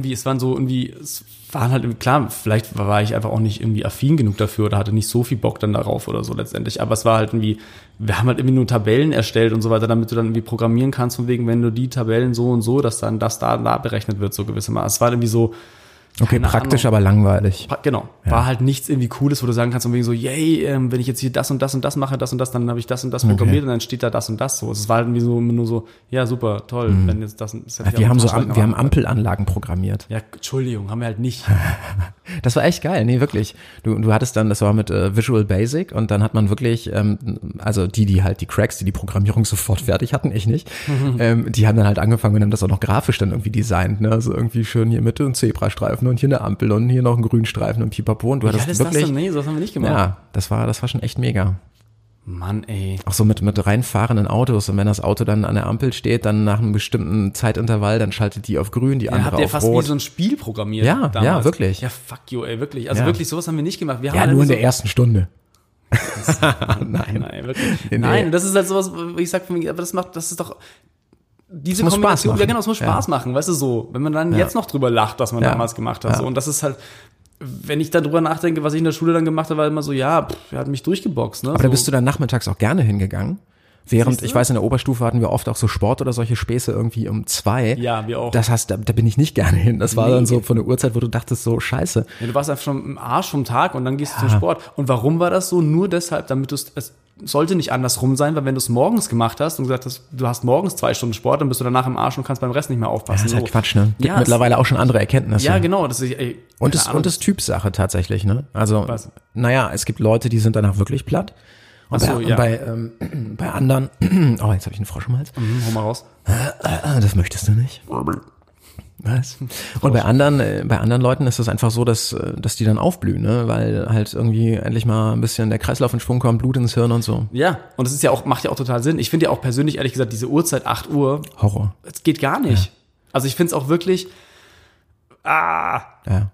waren halt klar, vielleicht war ich einfach auch nicht irgendwie affin genug dafür oder hatte nicht so viel Bock dann darauf oder so letztendlich, aber es war halt irgendwie, wir haben halt irgendwie nur Tabellen erstellt und so weiter, damit du dann irgendwie programmieren kannst, von wegen, wenn du die Tabellen so und so, dass dann das da berechnet wird, so gewissermaßen. Es war irgendwie so, okay, praktisch, aber langweilig. Genau. Ja. War halt nichts irgendwie Cooles, wo du sagen kannst, von wegen so, yay, wenn ich jetzt hier das und das und das mache, das und das, dann habe ich das und das programmiert und dann steht da das und das so. Es war halt irgendwie so, immer nur so, ja, super, toll, wenn jetzt das hätte wir haben Ampelanlagen programmiert. Ja, Entschuldigung, haben wir halt nicht. Das war echt geil, nee, wirklich. Du hattest dann, das war mit Visual Basic und dann hat man wirklich, also die halt die Cracks, die Programmierung sofort fertig hatten, ich nicht, die haben dann halt angefangen und haben das auch noch grafisch dann irgendwie designt, ne, also irgendwie schön hier Mitte ein Zebrastreifen und hier eine Ampel und hier noch ein Grünstreifen und pipapo und du hattest wirklich. Nee, sowas haben wir nicht gemacht. Ja, das war schon echt mega. Mann, ey. Auch so mit reinfahrenden Autos und wenn das Auto dann an der Ampel steht, dann nach einem bestimmten Zeitintervall, dann schaltet die auf grün, die andere auf rot. Habt ihr fast wie so ein Spiel programmiert damals. Ja, wirklich. Ja, fuck you, ey, wirklich. Also wirklich, sowas haben wir nicht gemacht. Wir haben halt nur in der ersten Stunde. Nein, wirklich. Nee. Nein, das ist halt sowas, ich sag, aber das ist doch diese Kombination, ja genau, es muss Spaß machen, weißt du, so, wenn man dann jetzt noch drüber lacht, was man damals gemacht hat, so, und das ist halt, wenn ich dann drüber nachdenke, was ich in der Schule dann gemacht habe, war immer so, er hat mich durchgeboxt, ne. Aber so. Da bist du dann nachmittags auch gerne hingegangen? Während, ich weiß, in der Oberstufe hatten wir oft auch so Sport oder solche Späße irgendwie um 2. Ja, wir auch. Das heißt, da bin ich nicht gerne hin. Das war dann so von der Uhrzeit, wo du dachtest, so scheiße. Ja, du warst einfach schon im Arsch vom Tag und dann gehst du zum Sport. Und warum war das so? Nur deshalb, damit es sollte nicht andersrum sein, weil wenn du es morgens gemacht hast und gesagt hast, du hast morgens 2 Stunden Sport, dann bist du danach im Arsch und kannst beim Rest nicht mehr aufpassen. Ja, das ist halt Quatsch, ne? Gibt mittlerweile auch schon andere Erkenntnisse. Ja, genau. Das ist, und das Typsache tatsächlich, ne? Also, es gibt Leute, die sind danach wirklich platt. Und bei anderen, jetzt habe ich einen Frosch im Hals. Hol mal raus. Das möchtest du nicht. Was? Und bei anderen Leuten ist es einfach so, dass die dann aufblühen, ne? Weil halt irgendwie endlich mal ein bisschen der Kreislauf in Schwung kommt, Blut ins Hirn und so. Ja, und das ist ja auch, macht ja auch total Sinn. Ich finde ja auch persönlich, ehrlich gesagt, diese Uhrzeit 8 Uhr. Horror. Es geht gar nicht. Ja. Also ich finde es auch wirklich, Ja.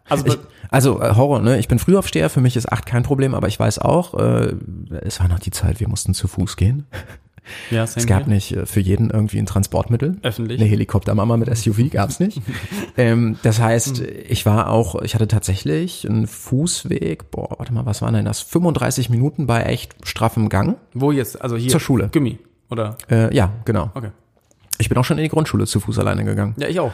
Also Horror, ne? Ich bin Frühaufsteher, für mich ist 8 kein Problem, aber ich weiß auch, es war noch die Zeit, wir mussten zu Fuß gehen. Ja, es gab nicht für jeden irgendwie ein Transportmittel. Öffentlich. Eine Helikoptermama mit SUV gab's nicht. Das heißt, ich hatte tatsächlich einen Fußweg, was waren denn das? 35 Minuten bei echt straffem Gang. Wo jetzt? Also hier? Zur Schule. Gummi, oder? Ja, genau. Okay. Ich bin auch schon in die Grundschule zu Fuß alleine gegangen. Ja, ich auch.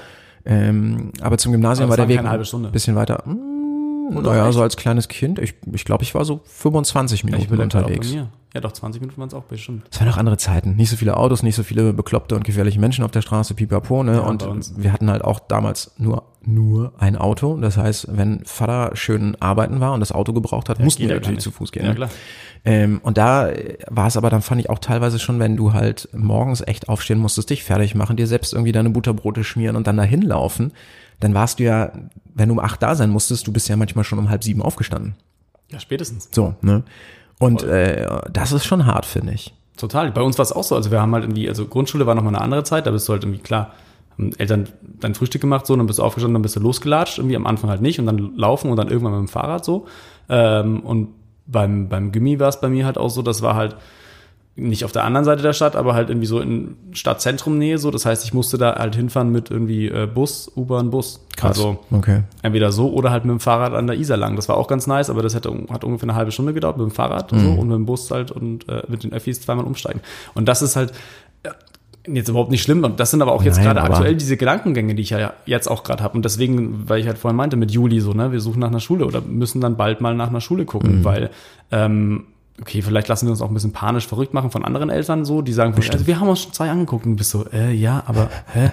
Aber zum Gymnasium war der Weg ein bisschen weiter. Naja, so als kleines Kind. Ich glaube, ich war so 25 Minuten unterwegs. Ja, doch, 20 Minuten waren es auch bestimmt. Es waren noch andere Zeiten. Nicht so viele Autos, nicht so viele bekloppte und gefährliche Menschen auf der Straße, pipapo, ne? Ja, und wir hatten halt auch damals nur ein Auto. Das heißt, wenn Vater schön arbeiten war und das Auto gebraucht hat, mussten wir natürlich zu Fuß gehen. Ja, klar. Und da war es aber, dann fand ich auch teilweise schon, wenn du halt morgens echt aufstehen musstest, dich fertig machen, dir selbst irgendwie deine Butterbrote schmieren und dann dahin laufen, dann warst du ja, wenn du um 8 da sein musstest, du bist ja manchmal schon um 6:30 aufgestanden. Ja, spätestens. So, ne? Und das ist schon hart, finde ich. Total. Bei uns war es auch so. Also wir haben halt irgendwie, also Grundschule war nochmal eine andere Zeit, da bist du halt irgendwie, klar, haben Eltern dein Frühstück gemacht, so, und dann bist du aufgestanden, dann bist du losgelatscht, irgendwie am Anfang halt nicht und dann laufen und dann irgendwann mit dem Fahrrad so. Und beim Gymi war es bei mir halt auch so, das war halt nicht auf der anderen Seite der Stadt, aber halt irgendwie so in Stadtzentrum-Nähe so. Das heißt, ich musste da halt hinfahren mit irgendwie Bus, U-Bahn, Bus. Krass. Also okay. Entweder so oder halt mit dem Fahrrad an der Isar lang. Das war auch ganz nice, aber das hat ungefähr eine halbe Stunde gedauert mit dem Fahrrad und so und mit dem Bus halt und mit den Öffis zweimal umsteigen. Und das ist halt jetzt überhaupt nicht schlimm. Und das sind aber auch jetzt gerade aktuell diese Gedankengänge, die ich ja jetzt auch gerade habe. Und deswegen, weil ich halt vorhin meinte mit Juli so, ne, wir suchen nach einer Schule oder müssen dann bald mal nach einer Schule gucken, weil okay, vielleicht lassen wir uns auch ein bisschen panisch verrückt machen von anderen Eltern so, die sagen, also wir haben uns schon 2 angeguckt und bist so, ja, aber,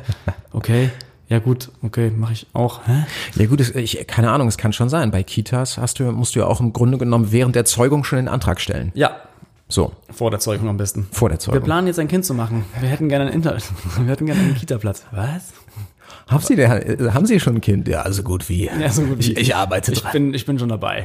okay, ja gut, okay, mache ich auch, Ja gut, keine Ahnung, es kann schon sein. Bei Kitas musst du ja auch im Grunde genommen während der Zeugung schon den Antrag stellen. Ja. So. Vor der Zeugung am besten. Vor der Zeugung. Wir planen jetzt ein Kind zu machen. Wir hätten gerne einen Kita-Platz. Was? Haben Sie schon ein Kind? Ja, so gut wie. Ja, so gut wie. Ich arbeite dran. Ich bin schon dabei.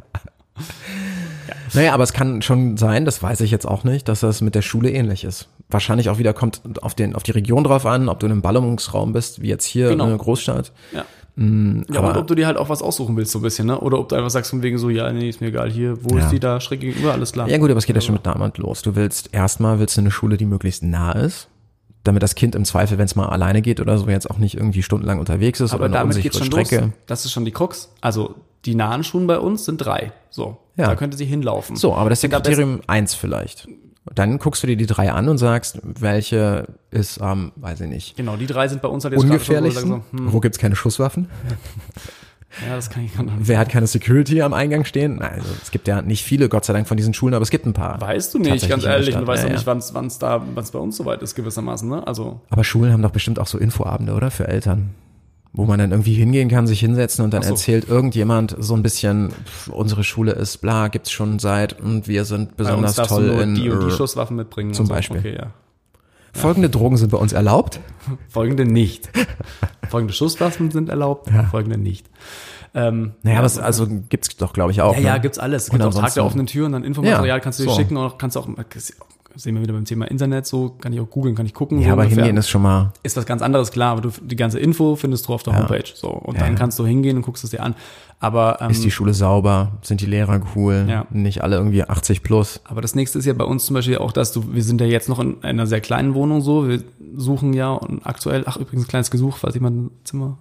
Naja, aber es kann schon sein, das weiß ich jetzt auch nicht, dass das mit der Schule ähnlich ist. Wahrscheinlich auch wieder kommt auf die Region drauf an, ob du in einem Ballungsraum bist, wie jetzt hier in einer Großstadt. Ja. Aber und ob du dir halt auch was aussuchen willst, so ein bisschen, ne? Oder ob du einfach sagst von wegen so, ja, nee, ist mir egal, hier, wo ist die da, schräg gegenüber, alles klar. Ja gut, aber es geht ja schon mit Namen los. Du willst eine Schule, die möglichst nah ist, damit das Kind im Zweifel, wenn es mal alleine geht oder so, jetzt auch nicht irgendwie stundenlang unterwegs ist aber oder eine damit geht's unsichere schon Strecke. Los. Das ist schon die Krux. Also die nahen Schulen bei uns sind 3. So, da könnte sie hinlaufen. So, aber das ist ja Kriterium 1 vielleicht. Dann guckst du dir die 3 an und sagst, welche ist weiß ich nicht. Genau, die 3 sind bei uns halt jetzt ungefährlichsten. So, Wo gibt's keine Schusswaffen? Ja, das kann ich gar nicht. Wer hat keine Security am Eingang stehen? Also es gibt ja nicht viele, Gott sei Dank, von diesen Schulen, aber es gibt ein paar. Weißt du nicht, ganz ehrlich. Du weißt auch nicht, wann es bei uns soweit ist, gewissermaßen, ne? Also. Aber Schulen haben doch bestimmt auch so Infoabende, oder? Für Eltern. Wo man dann irgendwie hingehen kann, sich hinsetzen und dann erzählt irgendjemand so ein bisschen, unsere Schule ist bla, gibt's schon seit und wir sind besonders bei uns toll du nur in die und die Schusswaffen mitbringen. Zum so. Beispiel. Okay, ja. Folgende Drogen sind bei uns erlaubt. Folgende nicht. Folgende Schusswaffen sind erlaubt, folgende nicht. Naja, aber also gibt's doch, glaube ich, auch. Ja, gibt's alles. Es gibt auch Tag der offenen Tür und dann Infomaterial kannst du dir schicken und kannst auch, sehen wir wieder beim Thema Internet, so kann ich auch googeln, kann ich gucken. Ja, so aber ungefähr. hingehen ist schon mal. Ist was ganz anderes, klar, aber die ganze Info findest du auf der Homepage. So. Und dann kannst du hingehen und guckst es dir an. Aber ist die Schule sauber? Sind die Lehrer cool? Ja. Nicht alle irgendwie 80 plus? Aber das nächste ist ja bei uns zum Beispiel auch, wir sind ja jetzt noch in einer sehr kleinen Wohnung so. Wir suchen ja und aktuell, übrigens ein kleines Gesuch, falls jemand ein Zimmer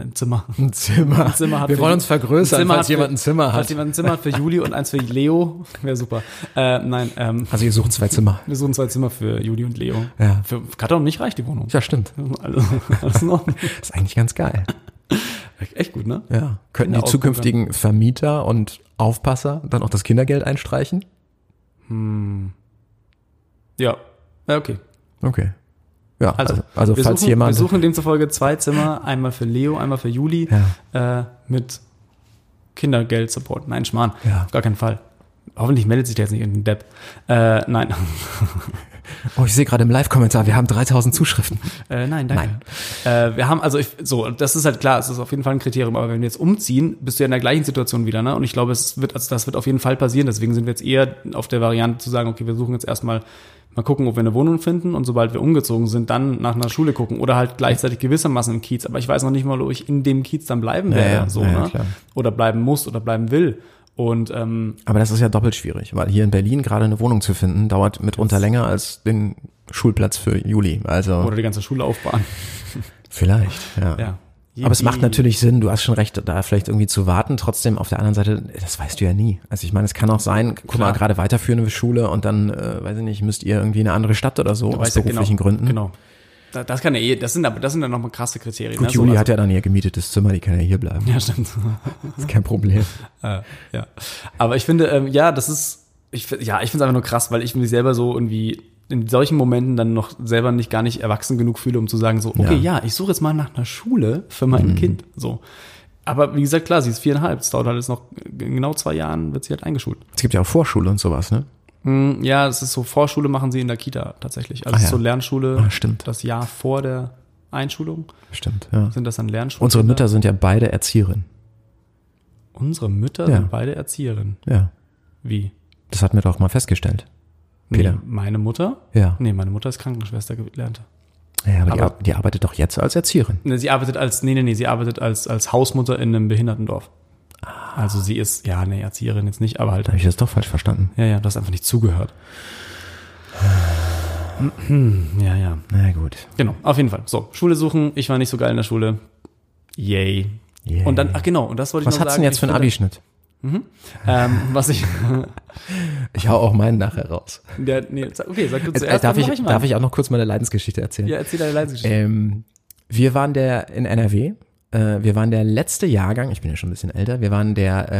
hat. Wir wollen uns vergrößern, falls jemand ein Zimmer hat. Falls jemand ein Zimmer hat für Juli und eins für Leo, wäre super. Also ihr sucht 2 Zimmer. Wir suchen 2 Zimmer für Juli und Leo. Ja. Für Katon nicht reicht die Wohnung. Ja, stimmt. Also, alles in Ordnung. Das ist eigentlich ganz geil. Echt gut, ne? Ja. Könnten die zukünftigen Vermieter und Aufpasser dann auch das Kindergeld einstreichen? Ja. Ja, okay. Okay. Ja, also wir falls suchen, jemand. Wir suchen demzufolge 2 Zimmer, einmal für Leo, einmal für Juli, mit Kindergeld-Support. Nein, Schmarrn. Ja. Auf gar keinen Fall. Hoffentlich meldet sich der jetzt nicht irgendein Depp. Nein. Oh, ich sehe gerade im Live-Kommentar, wir haben 3000 Zuschriften. Nein, danke. Wir haben, das ist halt klar, es ist auf jeden Fall ein Kriterium, aber wenn wir jetzt umziehen, bist du ja in der gleichen Situation wieder, ne? Und ich glaube, das wird auf jeden Fall passieren, deswegen sind wir jetzt eher auf der Variante zu sagen, okay, wir suchen jetzt erstmal mal gucken, ob wir eine Wohnung finden und sobald wir umgezogen sind, dann nach einer Schule gucken oder halt gleichzeitig gewissermaßen im Kiez. Aber ich weiß noch nicht mal, ob ich in dem Kiez dann bleiben werde, ne? Klar. Oder bleiben muss oder bleiben will. Und aber das ist ja doppelt schwierig, weil hier in Berlin gerade eine Wohnung zu finden, dauert mitunter länger als den Schulplatz für Juli. Also oder die ganze Schule aufbauen. Vielleicht, ja. Aber es macht natürlich Sinn, du hast schon recht, da vielleicht irgendwie zu warten. Trotzdem auf der anderen Seite, das weißt du ja nie. Also ich meine, es kann auch sein, guck mal, gerade weiterführende Schule und dann, weiß ich nicht, müsst ihr irgendwie in eine andere Stadt oder so, aus beruflichen Gründen. Genau. Das kann ja das sind dann nochmal krasse Kriterien. Gut, Juli hat ja dann ihr gemietetes Zimmer, die kann ja hier bleiben. Ja, stimmt. Das ist kein Problem. Ja. Aber ich finde, ich finde es einfach nur krass, weil ich mich selber so irgendwie in solchen Momenten dann noch selber gar nicht erwachsen genug fühle, um zu sagen so, okay, ich suche jetzt mal nach einer Schule für mein Kind, so. Aber wie gesagt, klar, sie ist 4,5, es dauert halt jetzt noch genau 2 Jahren, wird sie halt eingeschult. Es gibt ja auch Vorschule und sowas, ne? Ja, es ist so, Vorschule machen sie in der Kita tatsächlich. Also es ist so Lernschule, stimmt. Das Jahr vor der Einschulung. Stimmt, ja. Sind das dann Lernschulen? Unsere Mütter sind ja beide Erzieherinnen. Unsere Mütter sind beide Erzieherinnen? Ja. Wie? Das hatten wir doch mal festgestellt. Peter. Nee, meine Mutter? Ja. Nee, meine Mutter ist Krankenschwester gelernte. Ja, aber die arbeitet doch jetzt als Erzieherin. Sie arbeitet als Hausmutter in einem Behindertendorf. Also sie ist, Erzieherin jetzt nicht, aber halt. Habe ich das doch falsch verstanden? Ja, du hast einfach nicht zugehört. Ja. Na gut. Genau, auf jeden Fall. So, Schule suchen, ich war nicht so geil in der Schule. Yay. Und dann, und das wollte ich noch sagen. Was hast du denn jetzt für einen Abischnitt? Ich hau auch meinen nachher raus. Okay, sag du zuerst. Darf ich auch noch kurz meine Leidensgeschichte erzählen? Ja, erzähl deine Leidensgeschichte. Wir waren in NRW. Wir waren der letzte Jahrgang, ich bin ja schon ein bisschen älter, wir waren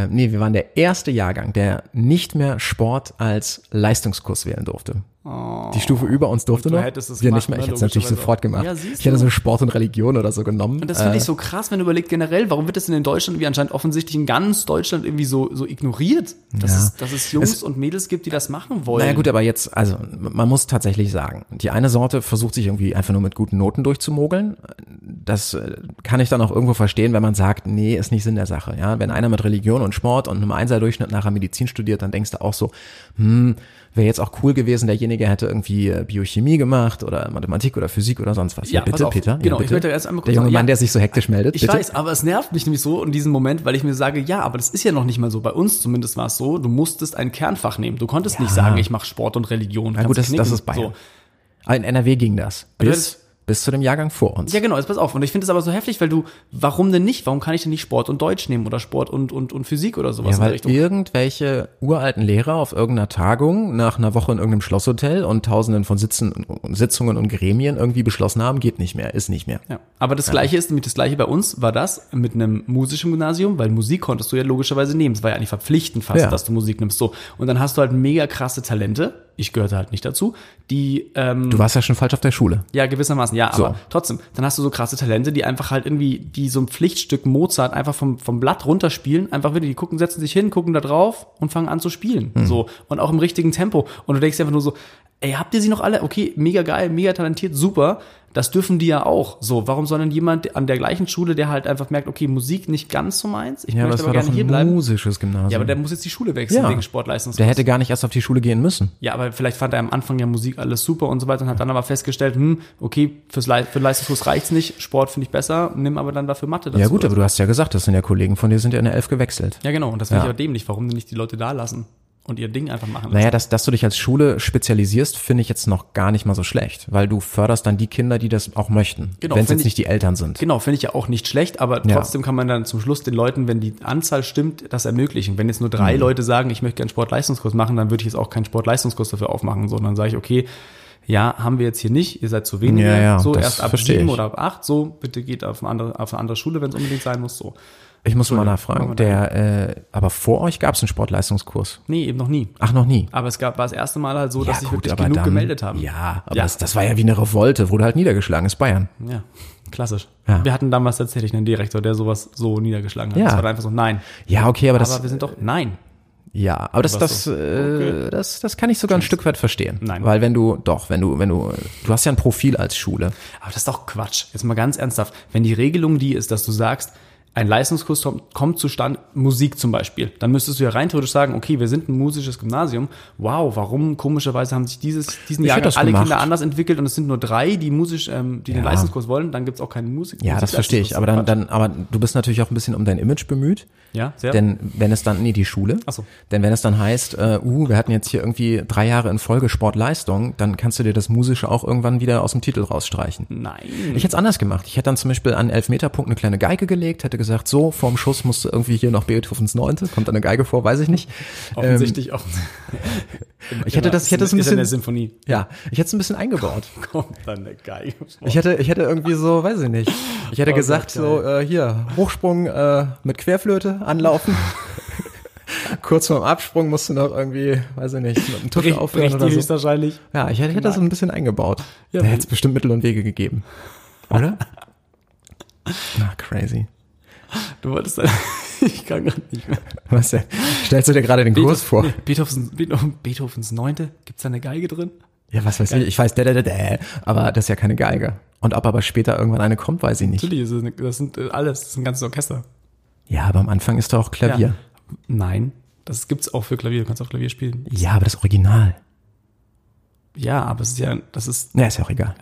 der erste Jahrgang, der nicht mehr Sport als Leistungskurs wählen durfte. Oh, die Stufe über uns durfte noch. Wir nicht mehr. Ich hätte es natürlich sofort gemacht. Ja, ich hätte so Sport und Religion oder so genommen. Und das finde ich so krass, wenn du überlegst generell, warum wird das denn in Deutschland wie anscheinend offensichtlich in ganz Deutschland irgendwie so ignoriert, dass es Jungs und Mädels gibt, die das machen wollen. Naja gut, aber jetzt, also man muss tatsächlich sagen, die eine Sorte versucht sich irgendwie einfach nur mit guten Noten durchzumogeln. Das kann ich dann auch irgendwo verstehen, wenn man sagt, nee, ist nicht Sinn der Sache. Ja, wenn einer mit Religion und Sport und einem Einser-Durchschnitt nachher Medizin studiert, dann denkst du auch so, wäre jetzt auch cool gewesen, derjenige hätte irgendwie Biochemie gemacht oder Mathematik oder Physik oder sonst was. Ja, bitte, Peter. Genau, bitte. Ich möchte erst einmal kurz der junge Mann, der sich so hektisch meldet. Ich bitte. weiß, aber es nervt mich nämlich so in diesem Moment, weil ich mir sage, ja, aber das ist ja noch nicht mal so. Bei uns zumindest war es so, du musstest ein Kernfach nehmen. Du konntest nicht sagen, ich mache Sport und Religion. Na gut, das ist Bayern. So. In NRW ging das. Bis zu dem Jahrgang vor uns. Ja, genau, jetzt pass auf. Und ich finde es aber so heftig, weil warum denn nicht? Warum kann ich denn nicht Sport und Deutsch nehmen oder Sport und Physik oder sowas ja, in der weil Richtung? Irgendwelche uralten Lehrer auf irgendeiner Tagung nach einer Woche in irgendeinem Schlosshotel und tausenden von Sitzungen und Gremien irgendwie beschlossen haben, geht nicht mehr, ist nicht mehr. Ja, aber das Gleiche ist nämlich das Gleiche bei uns, war das mit einem musischen Gymnasium, weil Musik konntest du ja logischerweise nehmen. Es war ja eigentlich verpflichtend fast, dass du Musik nimmst. So. Und dann hast du halt mega krasse Talente. Ich gehörte halt nicht dazu, die Du warst ja schon falsch auf der Schule. Ja, gewissermaßen, ja, aber trotzdem, dann hast du so krasse Talente, die einfach halt irgendwie, die so ein Pflichtstück Mozart einfach vom Blatt runterspielen, einfach wieder, die setzen sich hin, gucken da drauf und fangen an zu spielen, so, und auch im richtigen Tempo. Und du denkst dir einfach nur so, ey, habt ihr sie noch alle? Okay, mega geil, mega talentiert, super. Das dürfen die ja auch. So, warum soll denn jemand an der gleichen Schule, der halt einfach merkt, okay, Musik nicht ganz so meins, ich möchte aber gerne hier bleiben. Musisches Gymnasium. Ja, aber der muss jetzt die Schule wechseln wegen Sportleistungskurs. Der hätte gar nicht erst auf die Schule gehen müssen. Ja, aber vielleicht fand er am Anfang ja Musik alles super und so weiter und hat dann aber festgestellt, okay, für Leistungskurs reicht's nicht, Sport finde ich besser, nimm aber dann dafür Mathe dazu. Ja gut, aber du hast ja gesagt, das sind ja Kollegen von dir, sind ja in der 11 gewechselt. Ja genau, und das finde ich aber dämlich, warum denn nicht die Leute da lassen? Und ihr Ding einfach machen lassen. Naja, dass du dich als Schule spezialisierst, finde ich jetzt noch gar nicht mal so schlecht, weil du förderst dann die Kinder, die das auch möchten, wenn es jetzt nicht die Eltern sind. Genau, finde ich ja auch nicht schlecht, aber trotzdem kann man dann zum Schluss den Leuten, wenn die Anzahl stimmt, das ermöglichen. Wenn jetzt nur 3 Leute sagen, ich möchte gerne Sportleistungskurs machen, dann würde ich jetzt auch keinen Sportleistungskurs dafür aufmachen, sondern sage ich, okay, ja, haben wir jetzt hier nicht, ihr seid zu wenige, so erst ab 7 oder ab 8, so, bitte geht auf eine andere Schule, wenn es unbedingt sein muss, so. Ich muss mal nachfragen, aber vor euch gab es einen Sportleistungskurs? Nee, eben noch nie. Ach, noch nie? Aber es war das erste Mal halt so, dass sich wirklich genug gemeldet haben. Ja, aber das war ja wie eine Revolte, wurde halt niedergeschlagen, ist Bayern. Ja, klassisch. Ja. Wir hatten damals tatsächlich einen Direktor, der sowas so niedergeschlagen hat. Das war einfach so, nein. Ja, okay, aber wir sind doch, nein. Ja, aber das kann ich sogar ein Stück weit verstehen. Nein. Weil du hast ja ein Profil als Schule. Aber das ist doch Quatsch. Jetzt mal ganz ernsthaft. Wenn die Regelung die ist, dass du sagst, ein Leistungskurs kommt zustande, Musik zum Beispiel, dann müsstest du ja rein theoretisch sagen, okay, wir sind ein musisches Gymnasium. Wow, warum komischerweise haben sich diesen Jahrgang alle Kinder anders entwickelt und es sind nur 3, die den Leistungskurs wollen, dann gibt's auch keinen Musik. Ja, das verstehe ich. Aber aber du bist natürlich auch ein bisschen um dein Image bemüht. Ja, sehr. Denn wenn es dann, die Schule. Ach so. Denn wenn es dann heißt, wir hatten jetzt hier irgendwie 3 Jahre in Folge Sportleistung, dann kannst du dir das Musische auch irgendwann wieder aus dem Titel rausstreichen. Nein. Ich hätte es anders gemacht. Ich hätte dann zum Beispiel an 11-Meter-Punkt eine kleine Geige gelegt, hätte gesagt, so, vorm Schuss musst du irgendwie hier noch Beethovens 9. Kommt da eine Geige vor, weiß ich nicht. Offensichtlich auch. Ich hätte das ein bisschen. Ist in der Sinfonie. Ja, ich hätte es ein bisschen eingebaut. Kommt dann eine Geige vor. Ich hätte irgendwie so, weiß ich nicht. Ich hätte gesagt, hier, Hochsprung mit Querflöte anlaufen. Kurz vorm Absprung musst du noch irgendwie, weiß ich nicht, mit einem Tusch aufhören oder so. Wahrscheinlich. Ja, ich hätte das so ein bisschen eingebaut. Ja, da hätte es bestimmt Mittel und Wege gegeben. Oder? Crazy. Du wolltest ich kann gar nicht mehr. Was denn? Stellst du dir gerade den Kurs vor? Beethovens 9. Gibt's da eine Geige drin? Ja, was weiß ich. Ich weiß, aber das ist ja keine Geige. Und ob aber später irgendwann eine kommt, weiß ich nicht. Natürlich, das ist ein ganzes Orchester. Ja, aber am Anfang ist doch auch Klavier. Ja. Nein, das gibt's auch für Klavier. Du kannst auch Klavier spielen. Ja, aber das Original. Ja, aber es ist ja, ist ja auch egal.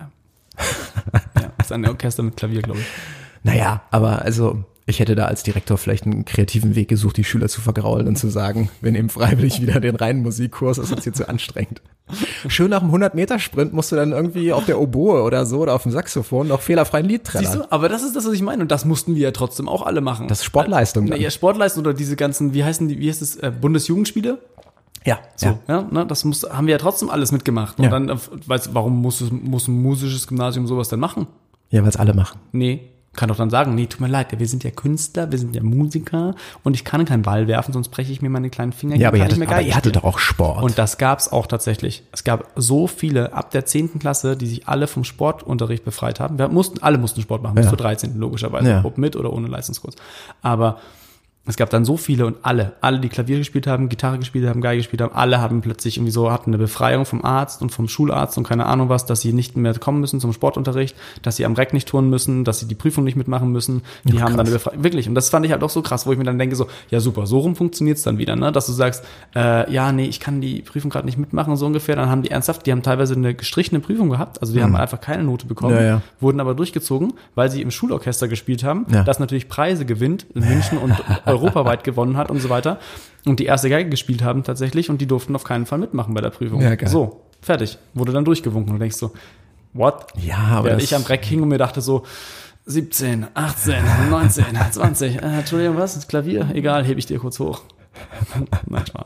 Ja, es ist ein Orchester mit Klavier, glaube ich. Naja, aber also ich hätte da als Direktor vielleicht einen kreativen Weg gesucht, die Schüler zu vergraulen und zu sagen, wir nehmen freiwillig wieder den reinen Musikkurs, das ist uns hier zu anstrengend. Schön nach dem 100-Meter-Sprint musst du dann irgendwie auf der Oboe oder so oder auf dem Saxophon noch fehlerfrei ein Lied trällern. Siehst du, aber das ist das, was ich meine und das mussten wir ja trotzdem auch alle machen. Das ist Sportleistung dann. Ja, Sportleistung oder diese ganzen, wie heißt es, Bundesjugendspiele? Ja, so, ja, ne, haben wir ja trotzdem alles mitgemacht. Und dann, warum muss ein musisches Gymnasium sowas denn machen? Ja, weil es alle machen. Nee. Kann doch dann sagen, nee, tut mir leid, wir sind ja Künstler, wir sind ja Musiker und ich kann keinen Ball werfen, sonst breche ich mir meine kleinen Finger. Ja, aber ihr hattet doch auch Sport. Und das gab's auch tatsächlich. Es gab so viele ab der 10. Klasse, die sich alle vom Sportunterricht befreit haben. Alle mussten Sport machen, bis zur 13. logischerweise, ob mit oder ohne Leistungskurs. Aber es gab dann so viele und alle, die Klavier gespielt haben, Gitarre gespielt haben, Geige gespielt haben, alle hatten plötzlich irgendwie hatten eine Befreiung vom Arzt und vom Schularzt und keine Ahnung was, dass sie nicht mehr kommen müssen zum Sportunterricht, dass sie am Reck nicht turnen müssen, dass sie die Prüfung nicht mitmachen müssen. Die haben dann eine Befreiung. Wirklich. Und das fand ich halt auch so krass, wo ich mir dann denke ja super, so rum funktioniert's dann wieder, ne? Dass du sagst, ich kann die Prüfung gerade nicht mitmachen, so ungefähr. Dann haben die haben teilweise eine gestrichene Prüfung gehabt, also die haben einfach keine Note bekommen, wurden aber durchgezogen, weil sie im Schulorchester gespielt haben, das natürlich Preise gewinnt in München und europaweit gewonnen hat und so weiter. Und die erste Geige gespielt haben tatsächlich und die durften auf keinen Fall mitmachen bei der Prüfung. Ja, geil. So, fertig. Wurde dann durchgewunken. Und du denkst so, what? Ja, aber während ich am Reck hing und mir dachte so, 17, 18, 19, 20, Entschuldigung, was? Das Klavier? Egal, hebe ich dir kurz hoch. Nein, Spaß.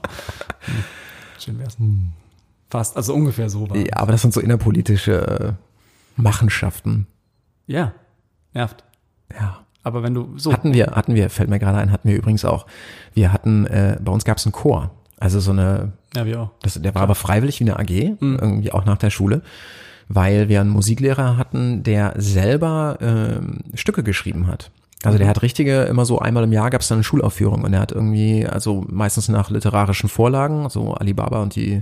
Schön wär's. Fast, also ungefähr so war. Ja, aber das sind so innerpolitische Machenschaften. Ja, nervt. Ja. Aber wenn du so. Hatten wir, fällt mir gerade ein, hatten wir übrigens auch. Wir hatten, bei uns gab es einen Chor. Also so eine. Ja, wir auch. Der war aber freiwillig wie eine AG, irgendwie auch nach der Schule, weil wir einen Musiklehrer hatten, der selber Stücke geschrieben hat. Also der hat immer so einmal im Jahr gab es dann eine Schulaufführung und er hat irgendwie, also meistens nach literarischen Vorlagen, so Alibaba und die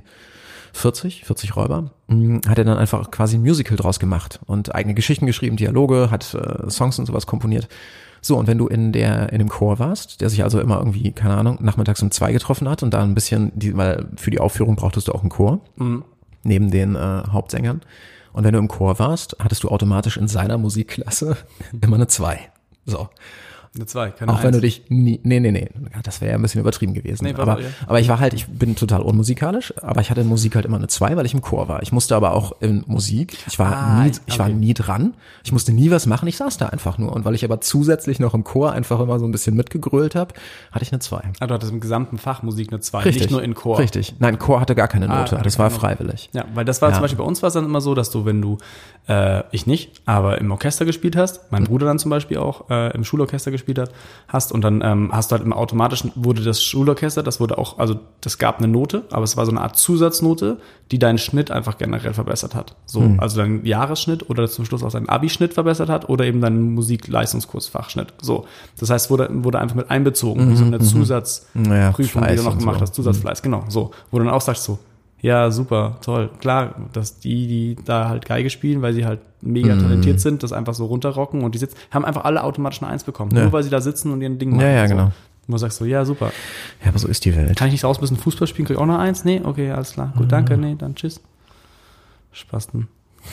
40 Räuber, hat er dann einfach quasi ein Musical draus gemacht und eigene Geschichten geschrieben, Dialoge, hat Songs und sowas komponiert. So, und wenn du in dem Chor warst, der sich also immer irgendwie, keine Ahnung, nachmittags um 2 getroffen hat und da ein bisschen, weil für die Aufführung brauchtest du auch einen Chor, neben den Hauptsängern. Und wenn du im Chor warst, hattest du automatisch in seiner Musikklasse immer eine 2. So. Eine 2, keine Auch 1. wenn du dich nee, das wäre ja ein bisschen übertrieben gewesen. Nee, aber ich bin total unmusikalisch, aber ich hatte in Musik halt immer eine 2, weil ich im Chor war. Ich musste aber auch in Musik, ich war nie dran, ich musste nie was machen, ich saß da einfach nur. Und weil ich aber zusätzlich noch im Chor einfach immer so ein bisschen mitgegrölt habe, hatte ich eine 2. Ah, du hattest im gesamten Fach Musik eine 2, richtig, nicht nur in Chor. Richtig, nein, Chor hatte gar keine Note, das war freiwillig. Ja, weil das war zum Beispiel bei uns war es dann immer so, dass du, wenn du, ich nicht, aber im Orchester gespielt hast, mein Bruder dann zum Beispiel auch im Schulorchester gespielt gespielt hast. Und dann hast du halt im automatischen, wurde das Schulorchester, das wurde auch, also das gab eine Note, aber es war so eine Art Zusatznote, die deinen Schnitt einfach generell verbessert hat. So, also deinen Jahresschnitt oder zum Schluss auch deinen Abischnitt verbessert hat oder eben deinen Musikleistungskursfachschnitt. So, das heißt, wurde einfach mit einbezogen, wie so eine Zusatzprüfung, die du noch gemacht hast, Zusatzfleiß, genau, so, wo du dann auch sagst so, ja, super, toll. Klar, dass die da halt Geige spielen, weil sie halt mega talentiert sind, das einfach so runterrocken und die haben einfach alle automatisch eine 1 bekommen. Nur weil sie da sitzen und ihren Ding machen. Ja, genau. Und du sagst so, ja, super. Ja, aber so ist die Welt. Kann ich nicht raus, ein bisschen Fußball spielen, krieg ich auch eine 1? Nee, okay, alles klar. Gut, danke, nee, dann tschüss. Spasten.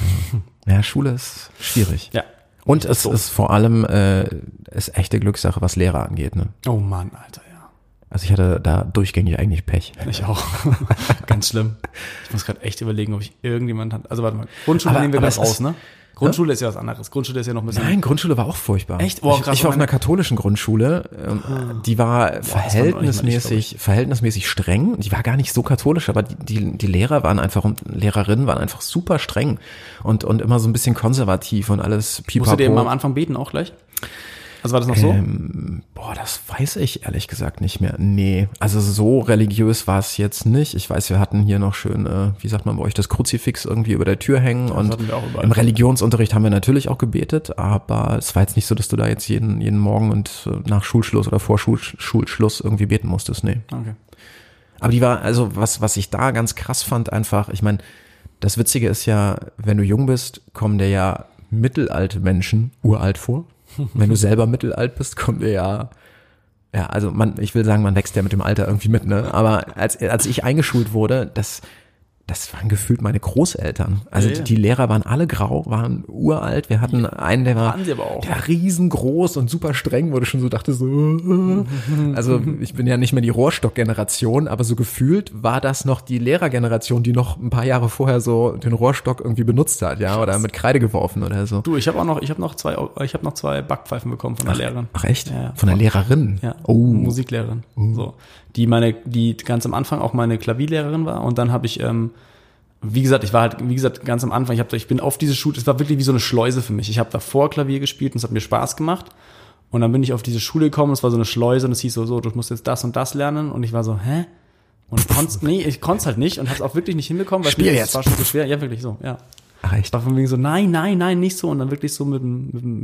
Ja, Schule ist schwierig. Ja. Und es ist vor allem ist echte Glückssache, was Lehrer angeht. Ne? Oh Mann, Alter, ja. Also ich hatte da durchgängig eigentlich Pech. Ich auch. Ganz schlimm. Ich muss gerade echt überlegen, ob ich irgendjemand hat. Also warte mal, Grundschule nehmen wir gleich raus, ne? Grundschule ist ja was anderes. Grundschule ist ja noch ein bisschen... Nein, Grundschule war auch furchtbar. Echt? Oh, krass, ich war auf einer katholischen Grundschule. Die war verhältnismäßig streng. Die war gar nicht so katholisch, aber die Lehrer waren einfach und Lehrerinnen waren einfach super streng und immer so ein bisschen konservativ und alles pipapo. Musstet ihr eben am Anfang beten auch gleich? Also war das noch so? Das weiß ich ehrlich gesagt nicht mehr. Nee, also so religiös war es jetzt nicht. Ich weiß, wir hatten hier noch schön, wie sagt man bei euch, das Kruzifix irgendwie über der Tür hängen. Ja, und im Religionsunterricht haben wir natürlich auch gebetet, aber es war jetzt nicht so, dass du da jetzt jeden Morgen und nach Schulschluss oder vor Schulschluss irgendwie beten musstest. Nee. Okay. Aber die war, also was ich da ganz krass fand einfach, ich meine, das Witzige ist ja, wenn du jung bist, kommen dir ja mittelalte Menschen uralt vor. Wenn du selber mittelalt bist, kommt dir ja, also ich will sagen, man wächst ja mit dem Alter irgendwie mit, ne? Aber als ich eingeschult wurde, das waren gefühlt meine Großeltern. Also die Lehrer waren alle grau, waren uralt. Wir hatten einen, der war riesengroß und super streng, wo du schon so dachte, also ich bin ja nicht mehr die Rohrstock-Generation, aber so gefühlt war das noch die Lehrergeneration, die noch ein paar Jahre vorher so den Rohrstock irgendwie benutzt hat, ja, oder mit Kreide geworfen oder so. Du, ich habe noch zwei Backpfeifen bekommen von der Lehrerin. Ach echt? Ja, von der Lehrerin? Ja, Musiklehrerin. So. Die ganz am Anfang auch meine Klavierlehrerin war und dann habe ich wie gesagt, ganz am Anfang, ich bin auf diese Schule, es war wirklich wie so eine Schleuse für mich. Ich habe davor Klavier gespielt und es hat mir Spaß gemacht. Und dann bin ich auf diese Schule gekommen, es war so eine Schleuse und es hieß so, du musst jetzt das und das lernen. Und ich war so, hä? Und ich konnte es halt nicht und habe es auch wirklich nicht hinbekommen, weil es war schon so schwer. Ja, wirklich so, ja. Ach, echt? Es war von wegen so, nein, nicht so. Und dann wirklich so mit dem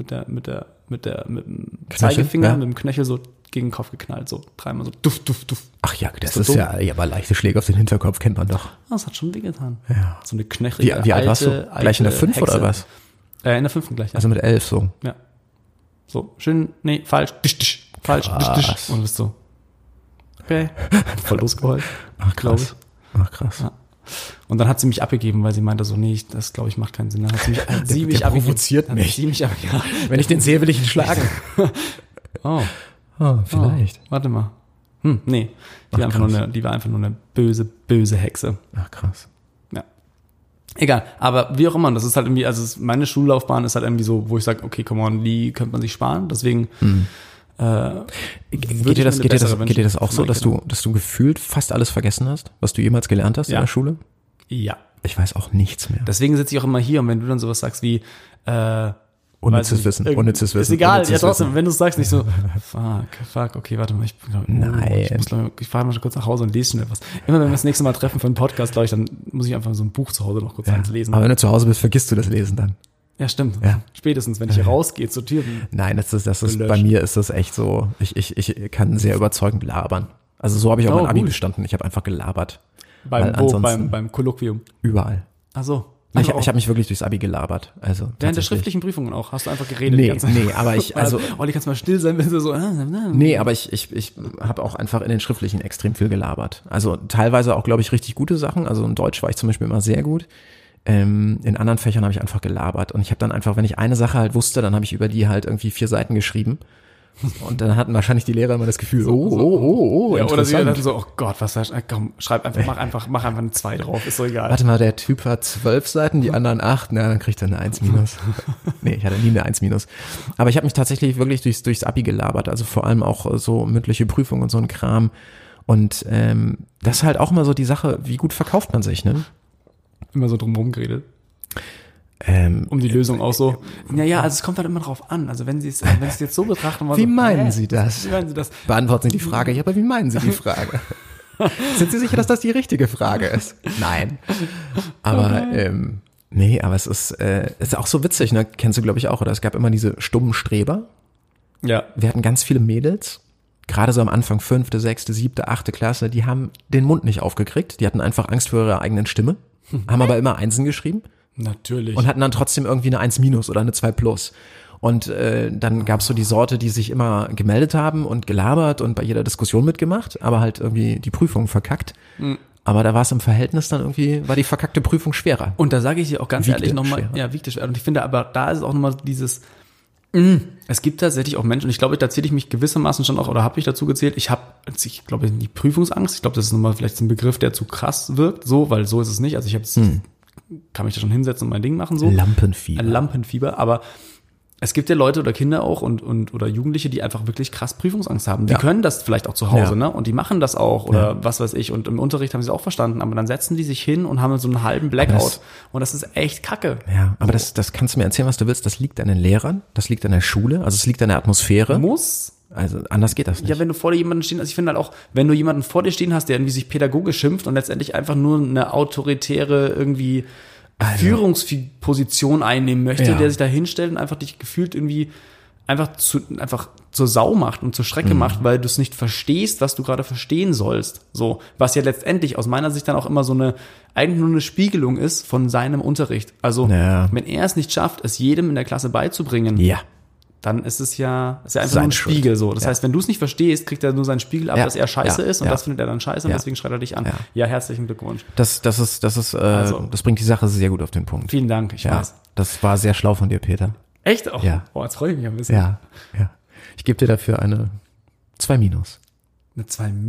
Zeigefinger, mit dem Knöchel so gegen den Kopf geknallt, so dreimal so duff. Ach ja, das ist ja, aber leichte Schläge auf den Hinterkopf kennt man doch. Das hat schon wehgetan. Ja. So eine knöchelige, Wie alt warst du? Gleich in der 5 oder was? In der 5. gleich, ja. Also mit 11 so? Ja. So, schön, nee, falsch, falsch, und bist so, okay, voll losgeheult. Ach, krass. Ach, krass. Ja. Und dann hat sie mich abgegeben, weil sie meinte so, nee, das glaube ich macht keinen Sinn. Dann hat sie mich der provoziert mich. Wenn ich den sehe, will ich ihn schlagen. Oh, vielleicht. Warte mal. Nee, die war einfach nur eine böse Hexe. Ach, krass. Ja. Egal, aber wie auch immer, das ist halt irgendwie, also meine Schullaufbahn ist halt irgendwie so, wo ich sage, okay, come on, die könnte man sich sparen, deswegen geht dir das auch so, dass du gefühlt fast alles vergessen hast, was du jemals gelernt hast in der Schule? Ja. Ich weiß auch nichts mehr. Deswegen sitze ich auch immer hier und wenn du dann sowas sagst wie unnützes Wissen. Ist egal, ja trotzdem, wenn du es sagst, nicht so fuck, okay, warte mal, ich fahre mal kurz nach Hause und lese schnell was. Immer wenn wir das nächste Mal treffen für einen Podcast, glaube ich, dann muss ich einfach so ein Buch zu Hause noch kurz eins lesen. Aber wenn du zu Hause bist, vergisst du das Lesen dann. Ja, stimmt. Ja. Spätestens, wenn ich hier rausgehe zur Tür. Nein, das ist bei mir ist das echt so, ich kann sehr überzeugend labern. Also so habe ich auch mein Abi bestanden. Ich habe einfach gelabert. Beim Kolloquium? Überall. Ach so. Ich habe mich wirklich durchs Abi gelabert. Also während der schriftlichen Prüfungen auch? Hast du einfach geredet? Nee, aber Olli, kannst du mal still sein, wenn du so... Nee, aber ich habe auch einfach in den schriftlichen extrem viel gelabert. Also teilweise auch, glaube ich, richtig gute Sachen. Also in Deutsch war ich zum Beispiel immer sehr gut. In anderen Fächern habe ich einfach gelabert. Und ich habe dann einfach, wenn ich eine Sache halt wusste, dann habe ich über die halt irgendwie 4 Seiten geschrieben. Und dann hatten wahrscheinlich die Lehrer immer das Gefühl, ja, oder sie dann so, oh Gott, was sagst du? Komm, mach einfach eine 2 drauf, ist so egal. Warte mal, der Typ hat 12 Seiten, die anderen 8, na, dann kriegt er eine 1-. Nee, ich hatte nie eine 1-. Aber ich habe mich tatsächlich wirklich durchs Abi gelabert, also vor allem auch so mündliche Prüfungen und so ein Kram. Und das ist halt auch immer so die Sache, wie gut verkauft man sich, ne? Immer so drumherum geredet. Um die Lösung auch so. Naja, also es kommt halt immer drauf an. Also wenn Sie es jetzt so betrachten, Wie meinen Sie das? Wie meinen Sie das? Beantworten Sie die Frage, ja, aber wie meinen Sie die Frage? Sind Sie sicher, dass das die richtige Frage ist? Nein. Aber, nee, aber es ist auch so witzig, ne? Kennst du, glaube ich, auch, oder? Es gab immer diese stummen Streber. Ja. Wir hatten ganz viele Mädels, gerade so am Anfang 5., 6., 7., 8. Klasse, die haben den Mund nicht aufgekriegt. Die hatten einfach Angst vor ihrer eigenen Stimme, haben aber immer Einsen geschrieben. Natürlich. Und hatten dann trotzdem irgendwie eine 1- oder eine 2+. Und dann gab's so die Sorte, die sich immer gemeldet haben und gelabert und bei jeder Diskussion mitgemacht, aber halt irgendwie die Prüfung verkackt. Mhm. Aber da war es im Verhältnis dann irgendwie, war die verkackte Prüfung schwerer. Und da sage ich dir auch ganz ehrlich nochmal, ja, wiegte schwerer. Und ich finde, aber da ist auch nochmal dieses, es gibt tatsächlich auch Menschen, und ich glaube, da zähle ich mich gewissermaßen schon auch, oder habe ich dazu gezählt, ich glaube, die Prüfungsangst, ich glaube, das ist nochmal vielleicht ein Begriff, der zu krass wirkt, so, weil so ist es nicht. Also ich habe kann mich da schon hinsetzen und mein Ding machen, so. Lampenfieber, aber es gibt ja Leute oder Kinder auch und oder Jugendliche, die einfach wirklich krass Prüfungsangst haben. Die können das vielleicht auch zu Hause, ne? Und die machen das auch oder was weiß ich. Und im Unterricht haben sie es auch verstanden. Aber dann setzen die sich hin und haben so einen halben Blackout. Und das ist echt kacke. Ja, aber das kannst du mir erzählen, was du willst. Das liegt an den Lehrern, das liegt an der Schule, also es liegt an der Atmosphäre. Also anders geht das nicht. Ja, wenn du vor dir jemanden stehen, also ich finde halt auch, wenn du jemanden vor dir stehen hast, der irgendwie sich pädagogisch schimpft und letztendlich einfach nur eine autoritäre irgendwie Führungsposition einnehmen möchte, der sich da hinstellt und einfach dich gefühlt irgendwie einfach zur Sau macht und zur Strecke macht, weil du es nicht verstehst, was du gerade verstehen sollst. So, was ja letztendlich aus meiner Sicht dann auch immer eigentlich nur eine Spiegelung ist von seinem Unterricht. Also, wenn er es nicht schafft, es jedem in der Klasse beizubringen, dann ist es ja einfach nur ein Spiegel so. Das heißt, wenn du es nicht verstehst, kriegt er nur seinen Spiegel ab, dass er scheiße ist und das findet er dann scheiße und deswegen schreit er dich an. Ja, herzlichen Glückwunsch. Das bringt die Sache sehr gut auf den Punkt. Vielen Dank, ich weiß. Das war sehr schlau von dir, Peter. Echt? Oh, ja. Boah, jetzt freue ich mich ein bisschen. Ja. Ich gebe dir dafür eine 2-. Eine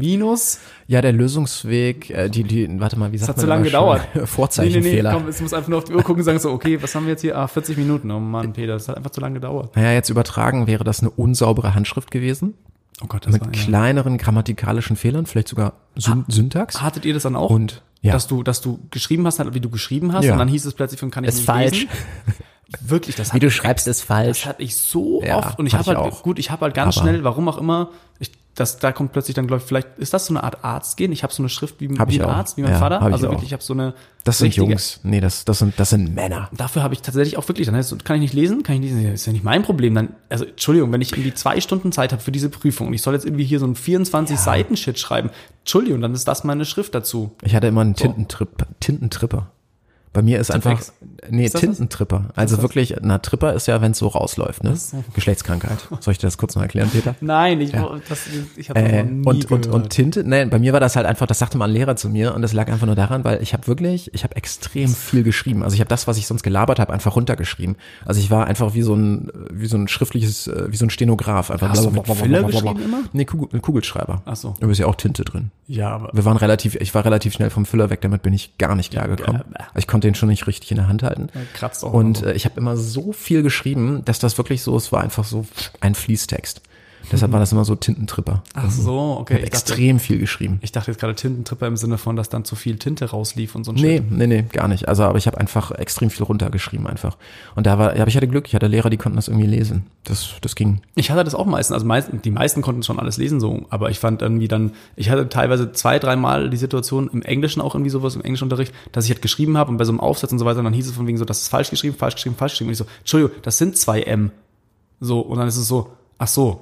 2-? Ja, der Lösungsweg, warte mal, wie sagt man das? Hat zu lange gedauert. Vorzeichenfehler. Nee, komm, es muss einfach nur auf die Uhr gucken und sagen so, okay, was haben wir jetzt hier? 40 Minuten. Oh Mann, Peter, das hat einfach zu lange gedauert. Naja, jetzt übertragen wäre das eine unsaubere Handschrift gewesen. Oh Gott, mit kleineren grammatikalischen Fehlern, vielleicht sogar Syntax. Hattet ihr das dann auch? Und, dass du geschrieben hast, wie du geschrieben hast und dann hieß es plötzlich von kann ich nicht lesen? Wirklich, wie du schreibst, ist falsch. Das hatte ich so oft und ich habe halt ganz schnell, warum auch immer, da kommt plötzlich dann, glaube ich, vielleicht ist das so eine Art Arztgehen. Ich habe so eine Schrift wie ein Arzt, wie mein Vater. Also wirklich, ich habe so eine. Das sind Jungs. Nee, das sind Männer. Dafür habe ich tatsächlich auch wirklich, dann heißt es, kann ich nicht lesen? Das ist ja nicht mein Problem. Dann, also Entschuldigung, wenn ich irgendwie 2 Stunden Zeit habe für diese Prüfung und ich soll jetzt irgendwie hier so einen 24-Seiten-Shit schreiben. Entschuldigung, dann ist das meine Schrift dazu. Ich hatte immer einen Tintentripper. Bei mir ist einfach, Tintentripper. Also wirklich, Tripper ist ja, wenn es so rausläuft, ne? Geschlechtskrankheit. Soll ich dir das kurz noch erklären, Peter? Nein, ich habe das noch nie gehört. Und Tinte, bei mir war das halt einfach, das sagte mal ein Lehrer zu mir und das lag einfach nur daran, weil ich habe extrem viel geschrieben. Also ich habe das, was ich sonst gelabert habe, einfach runtergeschrieben. Also ich war einfach wie so ein schriftliches, wie so ein Stenograf. Einfach Hast du mit Füller geschrieben immer? Nee, Kugelschreiber. Ach so. Da ist ja auch Tinte drin. Ja, aber. Ich war relativ schnell vom Füller weg, damit bin ich gar nicht klargekommen. Ich konnte den schon nicht richtig in der Hand halten. Kratzt auch. Und ich habe immer so viel geschrieben, dass das wirklich so, es war einfach so ein Fließtext. Deshalb war das immer so Tintentripper. Ach so, okay. Ich habe extrem viel geschrieben. Ich dachte jetzt gerade Tintentripper im Sinne von, dass dann zu viel Tinte rauslief und so ein Shit. Nee, gar nicht. Also, aber ich habe einfach extrem viel runtergeschrieben einfach. Und ich hatte Glück, ich hatte Lehrer, die konnten das irgendwie lesen. Das ging. Ich hatte das auch meistens, die meisten konnten schon alles lesen so, aber ich fand irgendwie ich hatte teilweise 2-3 Mal die Situation im Englischen auch irgendwie sowas, im Englischunterricht, dass ich halt geschrieben habe und bei so einem Aufsatz und so weiter, und dann hieß es von wegen so, das ist falsch geschrieben. Und ich so, Entschuldigung, das sind 2 M. So, und dann ist es so, ach so.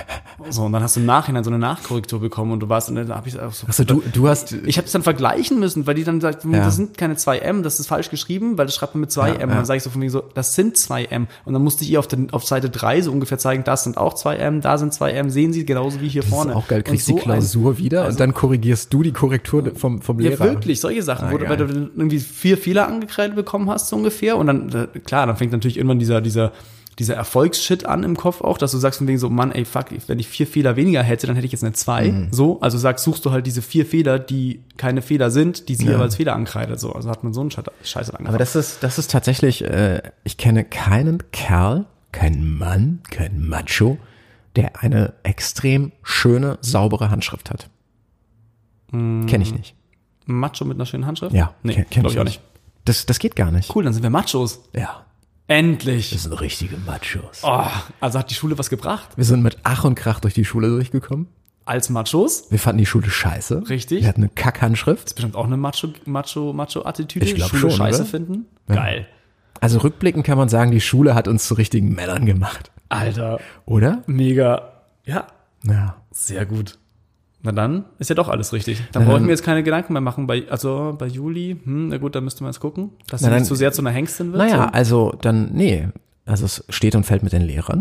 So, und dann hast du im Nachhinein so eine Nachkorrektur bekommen und du warst, und dann habe ich auch so. Also du hast. Ich habe es dann vergleichen müssen, weil die dann sagt, das sind keine 2M, das ist falsch geschrieben, weil das schreibt man mit 2M. Und dann sage ich so von wegen so, das sind 2M. Und dann musste ich ihr auf Seite 3 so ungefähr zeigen, das sind auch 2M, da sind 2M, sehen Sie, genauso wie hier vorne. Das ist auch geil, kriegst so die Klausur wieder und dann korrigierst du die Korrektur vom Lehrer. Ja, wirklich, solche Sachen, weil du irgendwie 4 Fehler angekreidet bekommen hast, so ungefähr. Und dann, klar, dann fängt natürlich irgendwann dieser Erfolgsshit an im Kopf auch, dass du sagst von wegen so, Mann, ey, fuck, wenn ich 4 Fehler weniger hätte, dann hätte ich jetzt eine 2. So, also suchst du halt diese 4 Fehler, die keine Fehler sind, die sie aber als Fehler ankreidet. So, also hat man so einen Scheiß angefangen. Aber das ist tatsächlich, ich kenne keinen Kerl, keinen Mann, keinen Macho, der eine extrem schöne, saubere Handschrift hat. Kenne ich nicht. Macho mit einer schönen Handschrift? Ja, nee, glaube ich auch nicht. Das geht gar nicht. Cool, dann sind wir Machos. Ja. Endlich. Wir sind richtige Machos. Oh, also hat die Schule was gebracht? Wir sind mit Ach und Krach durch die Schule durchgekommen. Als Machos? Wir fanden die Schule scheiße. Richtig. Wir hatten eine Kackhandschrift. Das ist bestimmt auch eine Macho-Attitüde. Ich glaub Schule schon, scheiße oder? finden. Ja. Geil. Also rückblickend kann man sagen, die Schule hat uns zu richtigen Männern gemacht. Alter. Oder? Mega. Ja. Ja. Sehr gut. Na dann ist ja doch alles richtig. Dann brauchen wir jetzt keine Gedanken mehr machen bei Juli. Na gut, dann müsste man jetzt gucken, dass sie nicht zu sehr zu einer Hengstin wird. Naja, also dann, also es steht und fällt mit den Lehrern.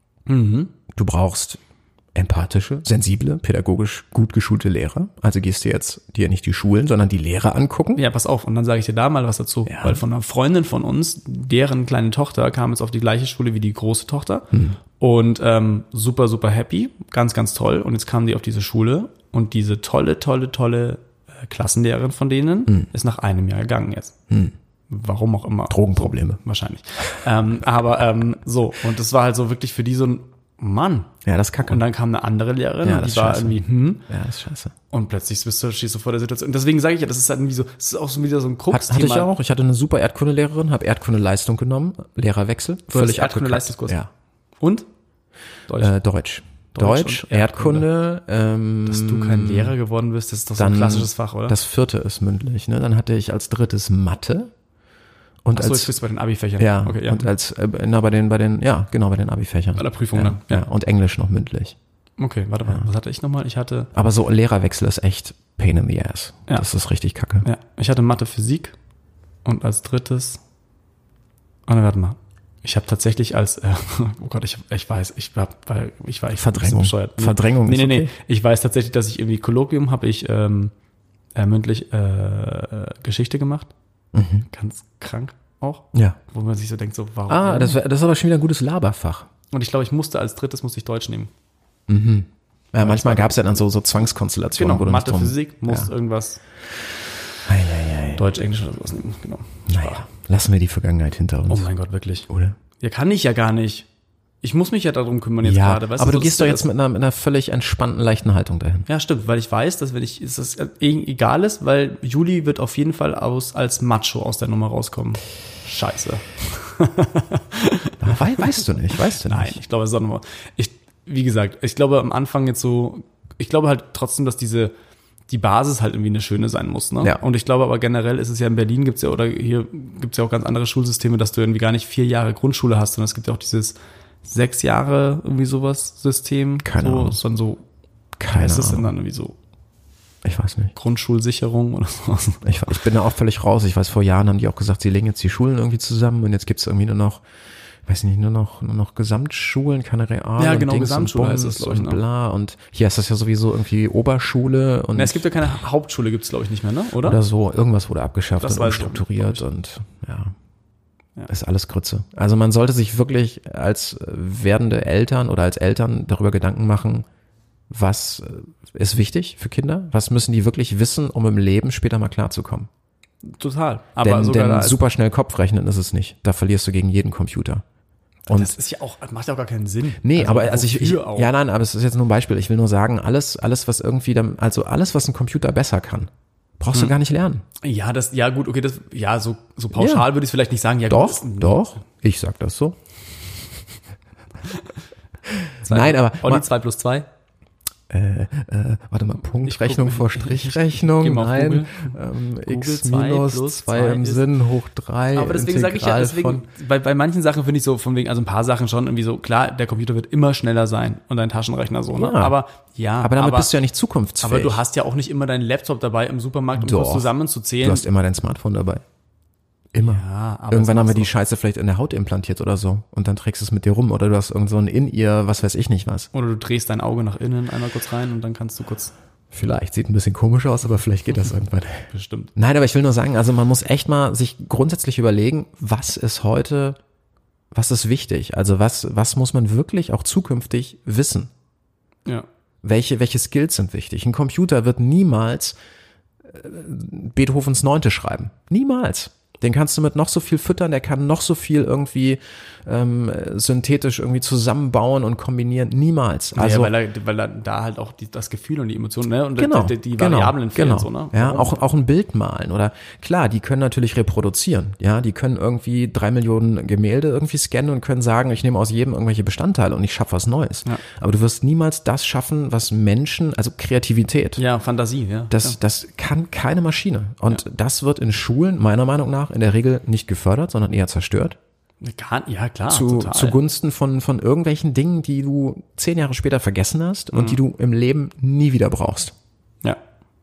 Du brauchst empathische, sensible, pädagogisch gut geschulte Lehrer. Also gehst du jetzt dir nicht die Schulen, sondern die Lehrer angucken. Ja, pass auf. Und dann sage ich dir da mal was dazu. Ja. Weil von einer Freundin von uns, deren kleine Tochter kam jetzt auf die gleiche Schule wie die große Tochter. Und super, super happy. Ganz, ganz toll. Und jetzt kam die auf diese Schule. Und diese tolle Klassenlehrerin von denen ist nach einem Jahr gegangen jetzt. Warum auch immer. Drogenprobleme. Wahrscheinlich. Aber so. Und das war halt so wirklich für die so ein Mann. Ja, das ist kacke. Und dann kam eine andere Lehrerin Ja, und das die war ist scheiße. irgendwie, Ja, das ist scheiße. und plötzlich stehst du vor der Situation. Und deswegen sage ich ja, das ist halt irgendwie so, das ist auch so wieder so ein Krux-Thema. Hatte ich ja auch. Ich hatte eine super Erdkundelehrerin, habe Erdkundeleistung genommen, Lehrerwechsel. Völlig abgekackt. Erdkunde-Leistungskurs. Ja. Und? Deutsch. Deutsch, und Erdkunde. Dass du kein Lehrer geworden bist, das ist doch so ein dann klassisches Fach, oder? Das 4. ist mündlich. Ne? Dann hatte ich als 3. Mathe. Und Achso, jetzt als, bist du bei den Abi-Fächern. ja, Okay, ja. und als, bei den Abi-Fächern. Bei der Prüfung ja, dann. Ja. Und Englisch noch mündlich. Okay, warte mal. Was hatte ich nochmal? Ich hatte, Aber so Lehrerwechsel ist echt pain in the ass. Ja. Das ist richtig kacke. ja, ich hatte Mathe, Physik und als 3. warte mal. Ich habe tatsächlich als, oh Gott, ich war Verdrängung. bescheuert. Verdrängung Nee, ist nee. okay. Ich weiß tatsächlich, dass ich irgendwie Kolloquium habe ich mündlich Geschichte gemacht. Ganz krank auch. Ja. Wo man sich so denkt, so, warum? Das ist aber schon wieder ein gutes Laberfach. Und ich glaube, ich musste als 3. Deutsch nehmen. Ja, manchmal gab es ja dann so Zwangskonstellationen. Genau, wo du Mathe, nicht drum- Physik, musst irgendwas Ei. Deutsch, Englisch oder sowas nehmen. Genau. Naja, lassen wir die Vergangenheit hinter uns. Oh mein Gott, wirklich. Oder? Ja, kann ich ja gar nicht. Ich muss mich ja darum kümmern jetzt Ja, gerade. Weißt aber so, du gehst das doch ist jetzt mit einer völlig entspannten, leichten Haltung dahin. Ja, stimmt, weil ich weiß, dass ist das egal ist, weil Juli wird auf jeden Fall als Macho aus der Nummer rauskommen. Scheiße. Aber weißt du nicht. Nein, ich glaube, es ist auch nochmal. Wie gesagt, ich glaube am Anfang jetzt so, ich glaube halt trotzdem, dass die Basis halt irgendwie eine schöne sein muss, ne? Ja. Und ich glaube aber generell ist es ja in Berlin gibt's ja, oder hier gibt's ja auch ganz andere Schulsysteme, dass du irgendwie gar nicht 4 Jahre Grundschule hast, sondern es gibt ja auch dieses 6 Jahre irgendwie sowas System. Keine Ahnung. Ist dann so, Keine ist das denn Ahnung. dann irgendwie so Ich weiß nicht. Grundschulsicherung oder sowas? Ich bin da auch völlig raus. Ich weiß, vor Jahren haben die auch gesagt, sie legen jetzt die Schulen irgendwie zusammen und jetzt gibt's irgendwie nur noch Gesamtschulen, keine Real. Ja, und genau, Dings Gesamtschule und heißt Bums das, glaub ich, und ne? bla. Und hier ist das ja sowieso irgendwie Oberschule und Na, es gibt ja keine Hauptschule, gibt's glaube ich nicht mehr, ne? Oder? so. Irgendwas wurde abgeschafft Das und weiß ich auch, umstrukturiert glaub und ja. Ja. Ist alles Grütze. Also man sollte sich wirklich als werdende Eltern oder als Eltern darüber Gedanken machen, was ist wichtig für Kinder? Was müssen die wirklich wissen, um im Leben später mal klarzukommen? Total. Aber Denn super schnell Kopfrechnen ist es nicht. Da verlierst du gegen jeden Computer. Und das ist ja auch, macht ja auch gar keinen Sinn. nee, aber wofür auch? ja, nein, aber es ist jetzt nur ein Beispiel. Ich will nur sagen, alles, was irgendwie dann, also alles, was ein Computer besser kann, brauchst du gar nicht lernen. Ja, gut, okay, so pauschal Ja. würde ich es vielleicht nicht sagen. Ja, Doch, gut, doch. Ich sag das so. Zwei- Nein, aber Olli, mal- 2 plus 2. Warte mal, Punktrechnung vor Geh Strichrechnung, mal auf nein, Google x 2 minus plus 2 2 im ist- Sinn hoch 3. Aber deswegen sage ich ja, bei manchen Sachen finde ich so von wegen, also ein paar Sachen schon irgendwie so, klar, der Computer wird immer schneller sein und dein Taschenrechner so, ne? Ja. Aber damit bist du ja nicht zukunftsfähig. aber du hast ja auch nicht immer deinen Laptop dabei im Supermarkt, um Doch. kurz zusammenzuzählen. Du hast immer dein Smartphone dabei. Immer. Ja, aber Irgendwann das haben wir machst die du- Scheiße vielleicht in der Haut implantiert oder so. Und dann trägst du es mit dir rum. Oder du hast irgend so ein In-Ear, was weiß ich nicht was. Oder du drehst dein Auge nach innen einmal kurz rein und dann kannst du kurz, Vielleicht. Sieht ein bisschen komisch aus, aber vielleicht geht das irgendwann. bestimmt. Nein, aber ich will nur sagen, also man muss echt mal sich grundsätzlich überlegen, was ist wichtig? Also was muss man wirklich auch zukünftig wissen? Ja. Welche Skills sind wichtig? Ein Computer wird niemals Beethovens 9. schreiben. Niemals. Den kannst du mit noch so viel füttern, der kann noch so viel irgendwie synthetisch irgendwie zusammenbauen und kombinieren. Niemals. Also, ja, weil er da halt auch das Gefühl und die Emotionen, ne? Und genau, die Variablen fehlen so, ne? Ja, auch ein Bild malen oder klar, die können natürlich reproduzieren. Ja, die können irgendwie 3 Millionen Gemälde irgendwie scannen und können sagen, ich nehme aus jedem irgendwelche Bestandteile und ich schaffe was Neues. Ja. Aber du wirst niemals das schaffen, was Menschen, also Kreativität. Ja, Fantasie, ja. Das kann keine Maschine. Und das wird in Schulen meiner Meinung nach in der Regel nicht gefördert, sondern eher zerstört. Ja, klar, total. Zugunsten von irgendwelchen Dingen, die du 10 Jahre später vergessen hast und die du im Leben nie wieder brauchst. Ja.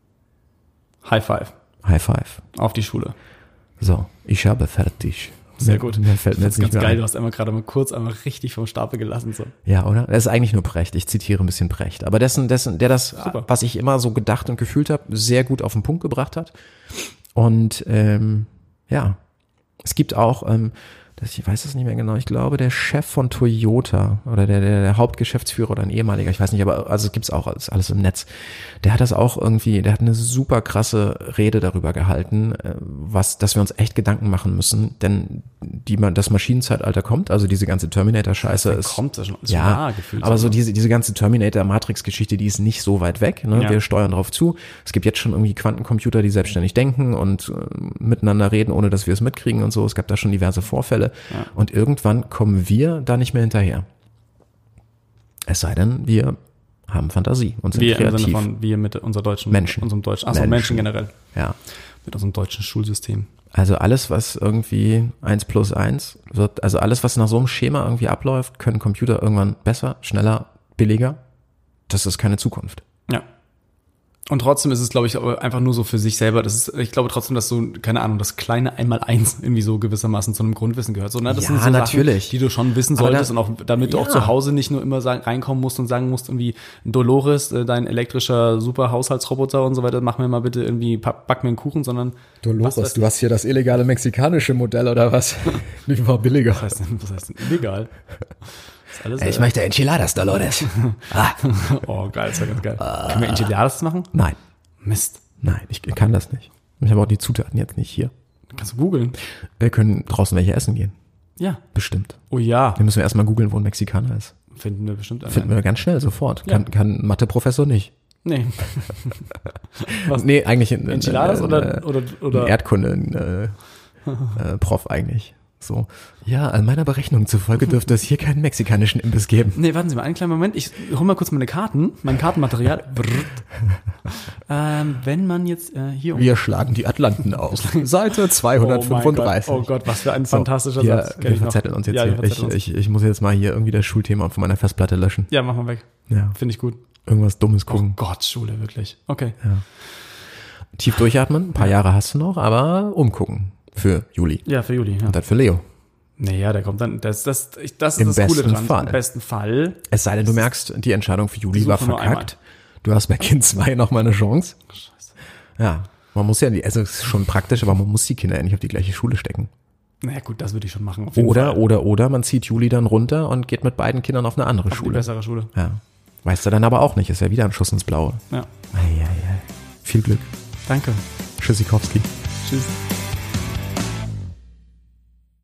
High five. High five. Auf die Schule. So, ich habe fertig. Sehr gut. Mir fällt mir jetzt nicht ganz mehr geil, ein. du hast einmal gerade mal kurz einmal richtig vom Stapel gelassen. So. Ja, oder? Das ist eigentlich nur Brecht. Ich zitiere ein bisschen Brecht. Aber der das, Super. was ich immer so gedacht und gefühlt habe, sehr gut auf den Punkt gebracht hat. Und ja, es gibt auch, ich weiß es nicht mehr genau, ich glaube, der Chef von Toyota oder der Hauptgeschäftsführer oder ein ehemaliger, ich weiß nicht, aber also es gibt's auch alles im Netz. Der hat das auch irgendwie, der hat eine super krasse Rede darüber gehalten, dass wir uns echt Gedanken machen müssen, denn das Maschinenzeitalter kommt, also diese ganze Terminator-Scheiße ist. Kommt das schon ja, gefühlt. aber so diese ganze Terminator-Matrix-Geschichte, die ist nicht so weit weg. Ne? Ja. Wir steuern drauf zu. Es gibt jetzt schon irgendwie Quantencomputer, die selbstständig denken und miteinander reden, ohne dass wir es mitkriegen und so. Es gab da schon diverse Vorfälle. Ja. Und irgendwann kommen wir da nicht mehr hinterher. Es sei denn, wir haben Fantasie und sind kreativ. Im Sinne von wir mit unserer deutschen Menschen. Unserem deutschen, Menschen generell. Ja. Mit unserem deutschen Schulsystem. Also alles, was irgendwie 1 plus 1 wird, also alles, was nach so einem Schema irgendwie abläuft, können Computer irgendwann besser, schneller, billiger. Das ist keine Zukunft. Ja. Und trotzdem ist es, glaube ich, einfach nur so für sich selber. Ich glaube trotzdem, dass so, keine Ahnung, das kleine 1x1 irgendwie so gewissermaßen zu einem Grundwissen gehört. So, ne? Das ja, sind so natürlich. Sachen, die du schon wissen solltest und auch, damit du auch zu Hause nicht nur immer reinkommen musst und sagen musst, irgendwie, Dolores, dein elektrischer super Haushaltsroboter und so weiter, mach mir mal bitte irgendwie, back mir einen Kuchen, sondern. Dolores, du hast hier das illegale mexikanische Modell oder was? Nicht mal billiger. Was heißt denn illegal? Alles, ich möchte Enchiladas, Dolores. Oh, geil, das war ganz geil. Können wir Enchiladas machen? Nein. Mist. Nein, ich kann das nicht. Ich habe auch die Zutaten jetzt nicht hier. Kannst du googeln? Wir können draußen welche essen gehen. Ja. Bestimmt. Oh ja. Dann müssen wir erstmal googeln, wo ein Mexikaner ist. Finden wir bestimmt einen. Finden wir ganz schnell, sofort. Ja. Kann Mathe-Professor nicht. Nee. Was? Nee, eigentlich Enchiladas oder Erdkunde, Prof eigentlich. So, ja, an meiner Berechnung zufolge dürfte es hier keinen mexikanischen Imbiss geben. Nee, warten Sie mal einen kleinen Moment. Ich hol mal kurz mein Kartenmaterial. Wenn man jetzt hier... Wir schlagen die Atlanten auf. Seite 235. Oh Gott, was für ein fantastischer Satz. Wir verzetteln uns jetzt hier. Ich muss jetzt mal hier irgendwie das Schulthema von meiner Festplatte löschen. Ja, mach mal weg. Ja. Finde ich gut. Irgendwas Dummes gucken. Oh Gott, Schule, wirklich. Okay. Ja. Tief durchatmen, ein paar Jahre hast du noch, aber umgucken. Für Juli. Ja, für Juli. Ja. Und dann für Leo. Naja, der kommt dann, das ist das Coole dran. Im besten Fall. Es sei denn, du merkst, die Entscheidung für Juli war verkackt. Du hast bei Kind 2 noch mal eine Chance. Scheiße. Ja, man muss ja, also es ist schon praktisch, aber man muss die Kinder ja nicht auf die gleiche Schule stecken. Naja gut, das würde ich schon machen. Oder man zieht Juli dann runter und geht mit beiden Kindern auf eine andere Schule. Eine bessere Schule. Ja. Weißt du dann aber auch nicht, ist ja wieder ein Schuss ins Blaue. Ja. Viel Glück. Danke. Tschüssikowski. Tschüss.